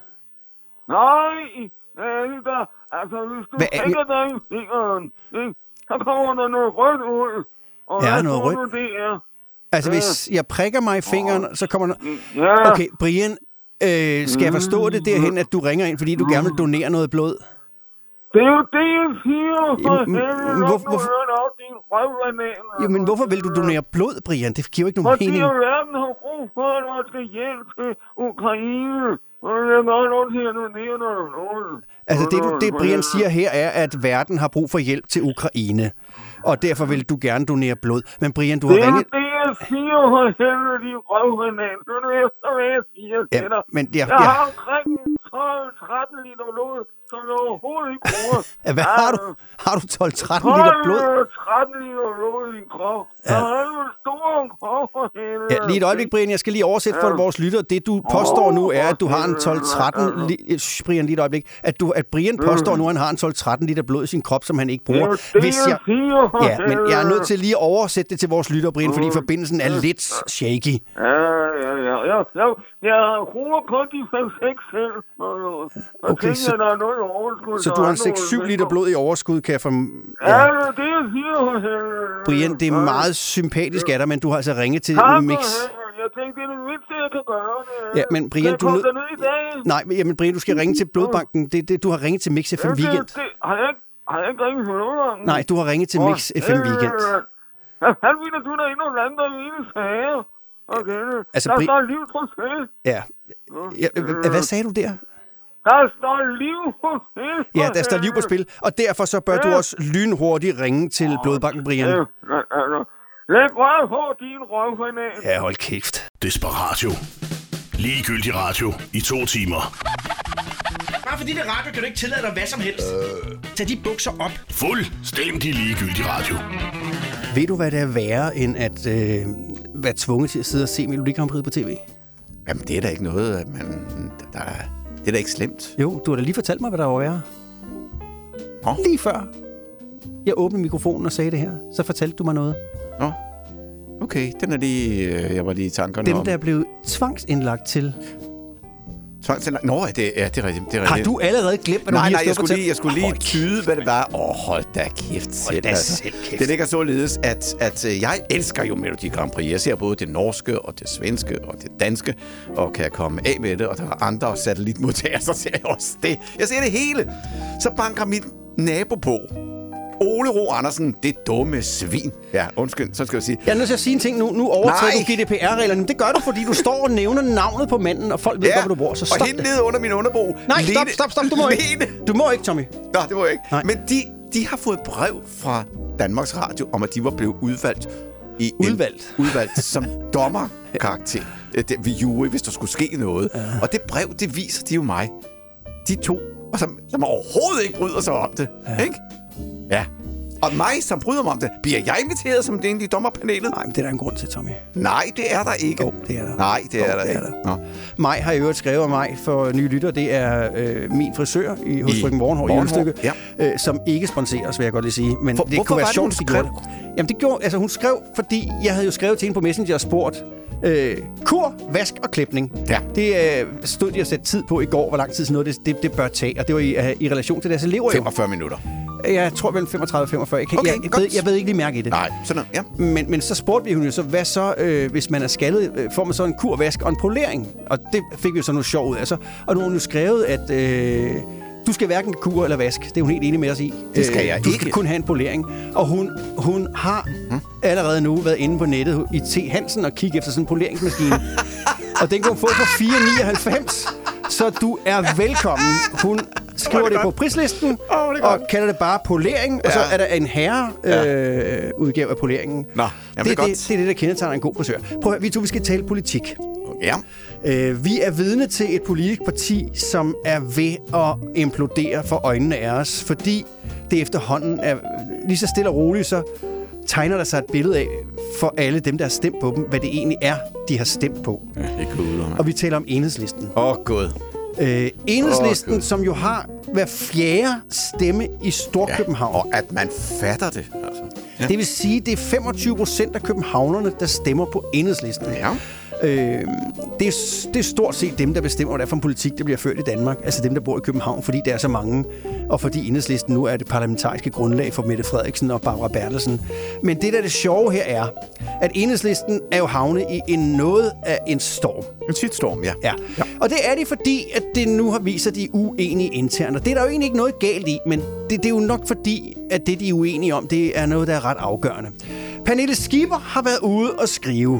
Nej, hvad er det der? Altså, hvis du Hvad er- tænker dig i fingeren, ikke? Så kommer der noget rødt ud. Og Ja, hvad noget tror rødt. du, det er? Altså, hvis jeg prikker mig i fingeren, så kommer der... Ja. Okay, Brian, øh, skal jeg forstå det derhen, at du ringer ind, fordi du gerne vil donere noget blod? Det er jo det, jeg siger. For Jamen, helvede, hvor- luk nu hvorfor- ørerne op, din røvbanan. Jamen, hvorfor vil du donere blod, Brian? Det giver jo ikke nogen Fordi mening. verden har brug for, at der skal hjælp til Ukraine. Og jeg er meget nødt til at donere noget blod. Altså, det, du, det Brian siger her, er, at verden har brug for hjælp til Ukraine. Og derfor vil du gerne donere blod. Men Brian, du har Det er jo ringet... det, jeg siger, for helvede, din røvbanan. Hør du efter, hvad jeg siger Ja, til dig? men jeg- Jeg jeg- har omkring tolv tretten liter blod, som jeg overhovedet ikke bruger. Ja, hvad har du? Har du tolv tretten liter blod? tolv tretten liter blod i din krop. Jeg har jo en stor krop, for helvede. Ja, lige et øjeblik, Brian. Jeg skal lige oversætte for vores lytter. Det, du påstår nu, er, at du har en tolv tretten... Li- Shh, Brian, lige et øjeblik. At, du, at Brian påstår nu, at han har en tolv tretten liter blod i sin krop, som han ikke bruger. Det er det, jeg siger, for Ja, men jeg er helvede. nødt til lige at oversætte det til vores lytter, Brian, fordi forbindelsen er lidt shaky. Ja, ja, ja, ja. Jeg, jeg bruger kun de fem seks selv. Og, og Okay, tænker, så- at der er noget overskud. Så du har en seks syv liter blod i overskud, kan jeg få... Ja, det er det, jeg siger, for helvede. Brian, det er meget sympatisk af dig, men du har altså ringet til Tak for Mix. helvede. Jeg tænkte, det er det mindste, jeg kan gøre. Det. Ja, men Brian, Kan jeg du komme nød- derned i dag? Nej, men jamen, Brian, du skal ringe til Blodbanken. Det, det, du har ringet til Mix F M Ja, det- Weekend. det- Har jeg ikke, har jeg ikke ringet til nogen? Nej, du har ringet til Mix F M Weekend. Hvad fanden mener du, der er endnu lande, der er ene sager? Okay, Altså, der Bri- står liv på spil. Ja. ja. h- Hvad sagde du der? Der står liv på spil. Ja, der står liv på spil, og derfor så bør du også lynhurtigt ringe til Blodbanken, Brian. Læg røv på din røvbanan. Ja, hold kæft. Desperatio. Ligegyldig radio i to timer. Bare fordi det er radio, kan du ikke tillade dig hvad som helst. Øh. Tag de bukser op. Fuldstændig ligegyldig radio. Ved du, hvad det er værre, end at øh, være tvunget til at sidde og se Melodi Grand Prix på tv? Jamen, det er da ikke noget, at man... Der, er- det er da ikke slemt. Jo, du har da lige fortalt mig, hvad der var værre. Nå. Lige før jeg åbnede mikrofonen og sagde det her, så fortalte du mig noget. Nå, okay. Den er lige... øh, Jeg var lige i tankerne Dem, om. der er blevet tvangsindlagt til. Tvangsindlagt. Nå, det, ja, det er rigtigt. Det er Har rigtigt. du allerede glemt, hvad du Nej, lige nej, har jeg stået og skulle lige, jeg fortalt? skulle lige Hold tyde, hvad det var. Åh, oh, hold da kæft selv. da altså. selv kæft. Det ligger således, at, at øh, jeg elsker jo Melodi Grand Prix. Jeg ser både det norske, og det svenske, og det danske, og kan komme af med det, og der er andre satellitmodtagere, så ser jeg også det. Jeg ser det hele. Så banker mit nabo på. Ole Ro Andersen, det dumme svin. Ja, undskyld, så skal jeg sige. Jeg er nødt til at sige en ting nu. Nu overtræder Nej. du G D P R-reglerne. Men det gør du, fordi du står og nævner navnet på manden, og folk ved Ja, godt, hvor du bor. Så stop og hende det. nede under min underbo. Nej, Lene- stop, stop, stop. Du må ikke. Lene. Du må ikke, Tommy. Nå, det må jeg ikke. Nej. Men de, de har fået brev fra Danmarks Radio om, at de var blevet udvalgt i Udvalgt? En, udvalgt som dommerkarakter. det, ved jury, hvis der skulle ske noget. Ja. Og det brev, det viser de jo mig. De to, og som, som overhovedet ikke bryder sig om det. Ja. Ikke? Ja. Og mig, som bryder mig om det, bliver jeg inviteret som den i dommerpanelet? Nej, men det er der en grund til, Tommy. Nej, det er der ikke. Jo, det er der. Nej, det er jo, der det ikke. Er der. Maj har i øvrigt skrevet af mig for nye lytter. Det er øh, min frisør i, hos Frøken Morgenhår i Ølstykke, ja. øh, som ikke sponseres, vil jeg godt lige sige. Men for, det kunne være sjovt, det, hun skrev? Jamen, det gjorde, altså hun skrev, fordi jeg havde jo skrevet til hende på Messenger og spurgt, Øh, kur, vask og klipning. Ja. Det øh, stod de at sætte tid på i går, hvor lang tid sådan noget det, det, det bør tage. Og det var i, uh, i relation til deres elever. femogfyrre minutter. Jeg tror vel femogtredive til femogfyrre. Jeg, kan, okay, jeg, jeg, ved, jeg ved ikke lige mærke i det. Nej, sådan noget, ja. Men, men så spurgte vi hun jo så, hvad så, øh, hvis man er skaldet, øh, får man så en kur, vask og en polering? Og det fik vi jo så noget sjov ud af. Altså, og nu har hun jo skrevet, at øh, du skal hverken kur eller vask. Det er hun helt enig med os i. Det skal jeg du ikke. skal kun have en polering. Og hun, hun har hmm? allerede nu været inde på nettet i T. Hansen og kigge efter sådan en poleringsmaskine. Og den kan hun få for fire nioghalvfems. Så du er velkommen. Hun skriver oh, det, det på prislisten oh, det og kalder det bare polering. Ja. Og så er der en herre øh, udgave af poleringen. Nå, det, det, det, det er det, der kendetegner en god frisør. Prøv at, vi to, vi skal tale politik. Ja. Øh, vi er vidne til et politisk parti, som er ved at implodere for øjnene af os, fordi det efterhånden er lige så stille og roligt, så tegner der sig et billede af for alle dem, der har stemt på dem, hvad det egentlig er, de har stemt på. Ja, det er cool, og vi taler om Enhedslisten. Åh, oh, god. Øh, Enhedslisten, oh, som jo har hver fjerde stemme i Storkøbenhavn. Ja, og at man fatter det. Altså. Ja. Det vil sige, det er femogtyve procent af københavnerne, der stemmer på Enhedslisten. Ja. Øh, det, er, det er stort set dem, der bestemmer, hvad det er for en politik, der bliver ført i Danmark. Altså dem, der bor i København, fordi der er så mange, og fordi Enhedslisten nu er det parlamentariske grundlag for Mette Frederiksen og Barbara Bertelsen. Men det, der er det sjove her, er, at Enhedslisten er jo havnet i en noget af en storm. En shitstorm, ja. ja. Ja. Og det er det, fordi at det nu har vist sig, at de er uenige internt. Og det er der jo egentlig ikke noget galt i, men det, det er jo nok fordi, at det, de er uenige om, det er noget, der er ret afgørende. Pernille Skipper har været ude og skrive: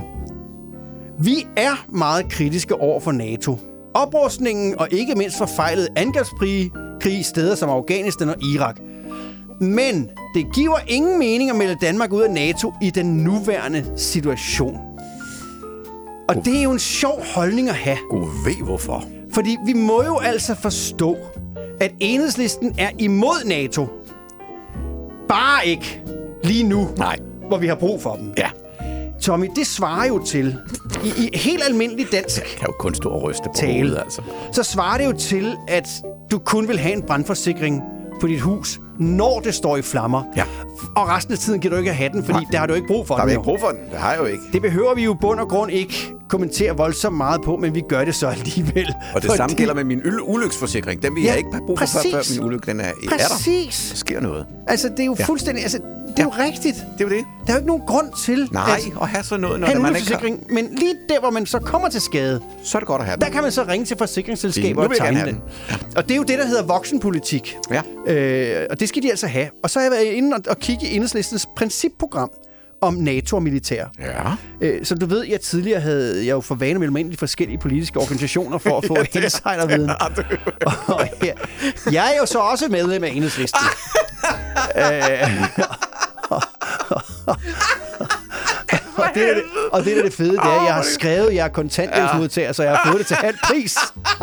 vi er meget kritiske over for NATO. Oprustningen og ikke mindst forfejlede angrebskrig i steder som Afghanistan og Irak. Men det giver ingen mening at melde Danmark ud af NATO i den nuværende situation. Og God. Det er jo en sjov holdning at have. God ved hvorfor. Fordi vi må jo altså forstå, at Enhedslisten er imod NATO. Bare ikke lige nu, Nej. hvor vi har brug for dem. Ja. Tommy, det svarer jo til, i, i helt almindelig dansk jeg kan jo kun stå og ryste på tale, hovedet, altså. Så svarer det jo til, at du kun vil have en brandforsikring på dit hus, når det står i flammer. Ja. Og resten af tiden kan du ikke have den, fordi Nej. der har du ikke brug for den. Der den. har vi ikke brug for den. Det har jeg jo ikke. Det behøver vi jo bund og grund ikke kommentere voldsomt meget på, men vi gør det så alligevel. Og det fordi... samme gælder med min ulykkesforsikring. Den vil ja, jeg ikke have brug for, før min ulykke den er, præcis. er der. Der sker noget. Altså, det er jo ja. fuldstændig... Altså, det er jo ja. rigtigt. Det er jo det. Der er jo ikke nogen grund til Nej, at, at have sådan noget, når have man ikke har... Men lige der, hvor man så kommer til skade, så er det godt at have den. Der kan man så ringe til forsikringsselskaber og tegne den. Ja. Og det er jo det, der hedder voksenpolitik. Ja. Øh, og det skal de altså have. Og så har jeg været inde og, og kigge i Enhedslistens principprogram om NATO og militær. Ja. Øh, som du ved, jeg tidligere havde jeg jo for vane mellem ind i de forskellige politiske organisationer for at få ja, insiderviden. Og ja, jeg er jo så også medlem af Enhedslisten. øh, og, det er det, og det er det fede, det er, jeg har skrevet, jeg er kontanthjælpsmodtager, så jeg har fået det til halv pris.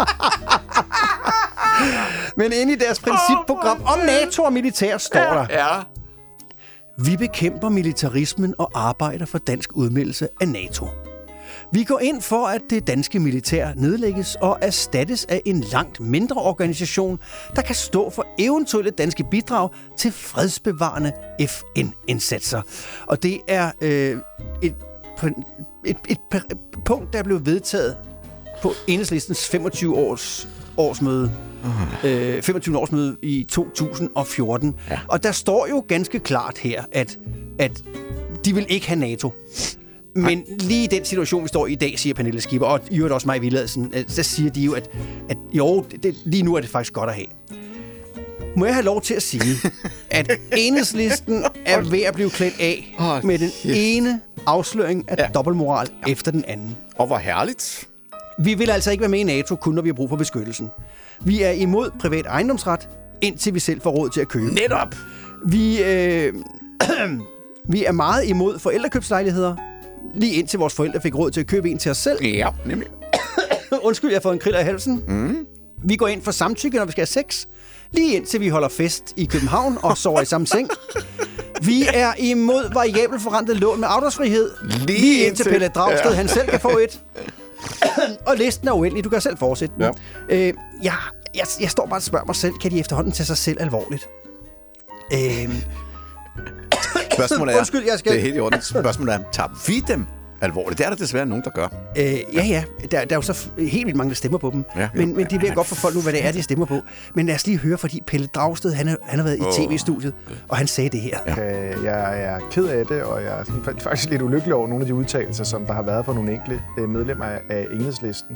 Men inde i deres principprogram om NATO og militær står der: ja. vi bekæmper militarismen og arbejder for dansk udmeldelse af NATO. Vi går ind for, at det danske militær nedlægges og erstattes af en langt mindre organisation, der kan stå for eventuelle danske bidrag til fredsbevarende F N-indsatser. Og det er øh, et, et, et, et punkt, der blev vedtaget på Enhedslistens femogtyve års årsmøde. Uh. Øh, femogtyvende årsmøde i to tusind og fjorten. Ja. Og der står jo ganske klart her, at, at de vil ikke have NATO. Men lige i den situation, vi står i i dag, siger Pernille Skipper, og i øvrigt også mig i Villadsen, så siger de jo, at, at jo, det, lige nu er det faktisk godt at have. Må jeg have lov til at sige, at Enhedslisten er ved at blive klædt af oh, med den yes. ene afsløring af ja. dobbeltmoral ja. efter den anden. Og hvor herligt. Vi vil altså ikke være med i NATO, kun når vi har brug for beskyttelsen. Vi er imod privat ejendomsret, indtil vi selv får råd til at købe. Netop! Vi, øh, vi er meget imod forældrekøbslejligheder, Lige indtil vores forældre fik råd til at købe en til os selv. Ja, nemlig. Undskyld, jeg har fået en kriller i halsen. Mm. Vi går ind for samtykke, når vi skal have sex. Lige indtil vi holder fest i København og sover i samme seng. Vi er imod variabel forrentet lån med afdragsfrihed. Lige, Lige indtil Pelle Dragsted, ja. han selv kan få et. Og listen er uendelig. Du kan selv fortsætte den. Ja. Øh, jeg, jeg, jeg står bare og spørger mig selv, kan de efterhånden tage sig selv alvorligt? Øh, Spørgsmålet er, Undskyld, jeg skal... det er helt i orden. Spørgsmålet er, tager vi dem alvorligt? Det er der desværre nogen, der gør. Øh, ja, ja. Der, der er jo så helt vildt mange, der stemmer på dem. Ja, men, ja, men det bliver godt for folk nu, hvad det er, de stemmer på. Men lad os lige høre, fordi Pelle Dragsted, han, er, han har været oh. i tv-studiet, og han sagde det her. Ja. Jeg er ked af det, og jeg er faktisk lidt ulykkelig over nogle af de udtalelser, som der har været fra nogle enkelte medlemmer af Enhedslisten.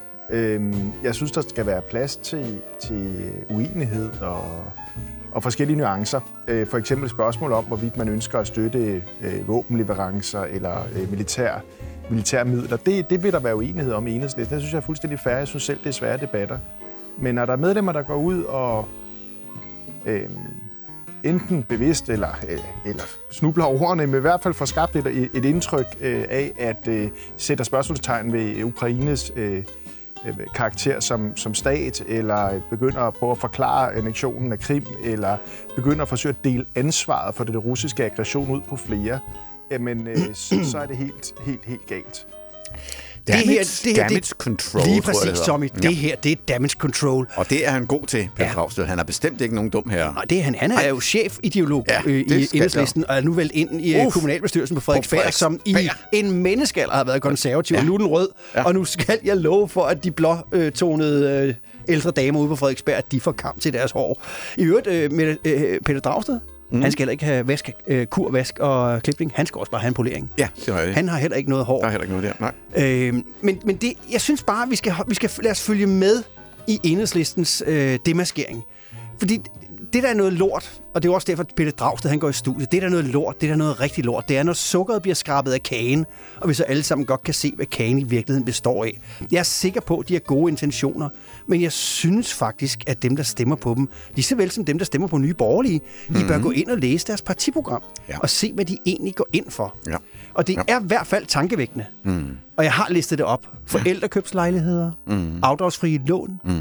Jeg synes, der skal være plads til, til uenighed og, og forskellige nuancer. For eksempel spørgsmål om, hvorvidt man ønsker at støtte våbenleverancer eller militær, militærmidler. Det, det vil der være uenighed om i Enhedslisten. Det synes jeg er fuldstændig fair. Jeg synes selv, det er svære debatter. Men når der er medlemmer, der går ud og øh, enten bevidst eller, øh, eller snubler over ordene, men i hvert fald får skabt et, et indtryk øh, af, at øh, sætter spørgsmålstegn ved Ukraines øh, karakter som, som stat, eller begynder at prøve at forklare annektionen af Krim, eller begynder at forsøge at dele ansvaret for det russiske aggression ud på flere, jamen øh, så, så er det helt, helt, helt galt. Det Damage, her, det her, damage det, control, lige tror jeg, præcis, det Tommy. Ja. Det her, det er damage control. Og det er han god til, Pelle Ja. Dragsted. Han er bestemt ikke nogen dum her. Nej, det er han. Han er Ej. jo chefideolog Ja, øh, det i skal Enhedslisten, og er nu valgt ind i Uf. kommunalbestyrelsen på Frederiksberg, Frederiksberg. som i en menneskealder har været konservativ, Ja. og nu er den rød. Ja. Og nu skal jeg love for, at de blåtonede øh, ældre damer ude på Frederiksberg, at de får kamp til deres hår. I øvrigt, øh, med øh, Pelle Dragsted, mm. han skal heller ikke have vask, øh, kur, vask og klipning. Han skal også bare have en polering. Ja, det var det. Han har heller ikke noget hår. Der er heller ikke noget der, nej. Øh, men men det, jeg synes bare, vi skal, vi skal lade os følge med i Enhedslistens øh, demaskering. Fordi det der er noget lort, og det er også derfor, at Pelle Dragsted han går i studiet, det der er noget lort, det der er noget rigtig lort, det er, når sukkeret bliver skrabet af kagen, og vi så alle sammen godt kan se, hvad kagen i virkeligheden består af. Jeg er sikker på, at de har gode intentioner, men jeg synes faktisk, at dem, der stemmer på dem, lige så vel som dem, der stemmer på Nye Borgerlige, mm-hmm. de bør gå ind og læse deres partiprogram, ja. og se, hvad de egentlig går ind for. Ja. Og det ja. er i hvert fald tankevækkende. Mm. Og jeg har listet det op. Forældrekøbslejligheder, mm. afdragsfrie lån, mm.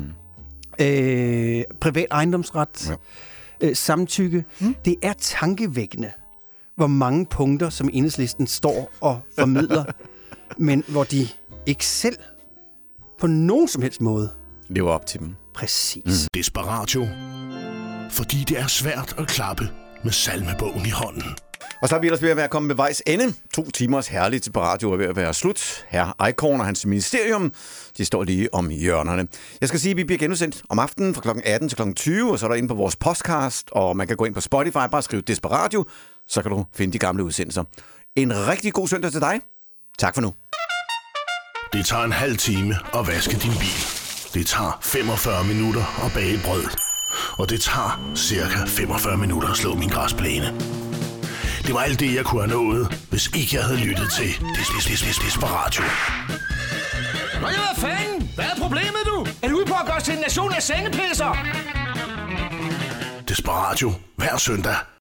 øh, privat ejendomsret, ja. øh, samtykke. Mm. Det er tankevækkende, hvor mange punkter, som Enhedslisten står og formidler, men hvor de ikke selv på nogen som helst måde lever op til dem. Præcis. Mm. Desperatio. Fordi det er svært at klappe med salmebogen i hånden. Og så er vi ellers ved at være kommet ved vejs ende. To timers herligt til radio er ved at være slut. Herre Eichhorn og hans ministerium, de står lige om hjørnerne. Jeg skal sige, at vi bliver genudsendt om aftenen fra klokken atten til klokken tyve, og så er der inde på vores podcast, og man kan gå ind på Spotify, bare skrive Desperatio, så kan du finde de gamle udsendelser. En rigtig god søndag til dig. Tak for nu. Det tager en halv time at vaske din bil. Det tager femogfyrre minutter at bage brød. Og det tager cirka femogfyrre minutter at slå min græsplæne. Det var alt det, jeg kunne have nået, hvis ikke jeg havde lyttet til Des- Des- Des- Desperatio. Nå ja, hvad fanden? Hvad er problemet, du? Er du ude på at gøre os til en nation af sengepisser? Desperatio hver søndag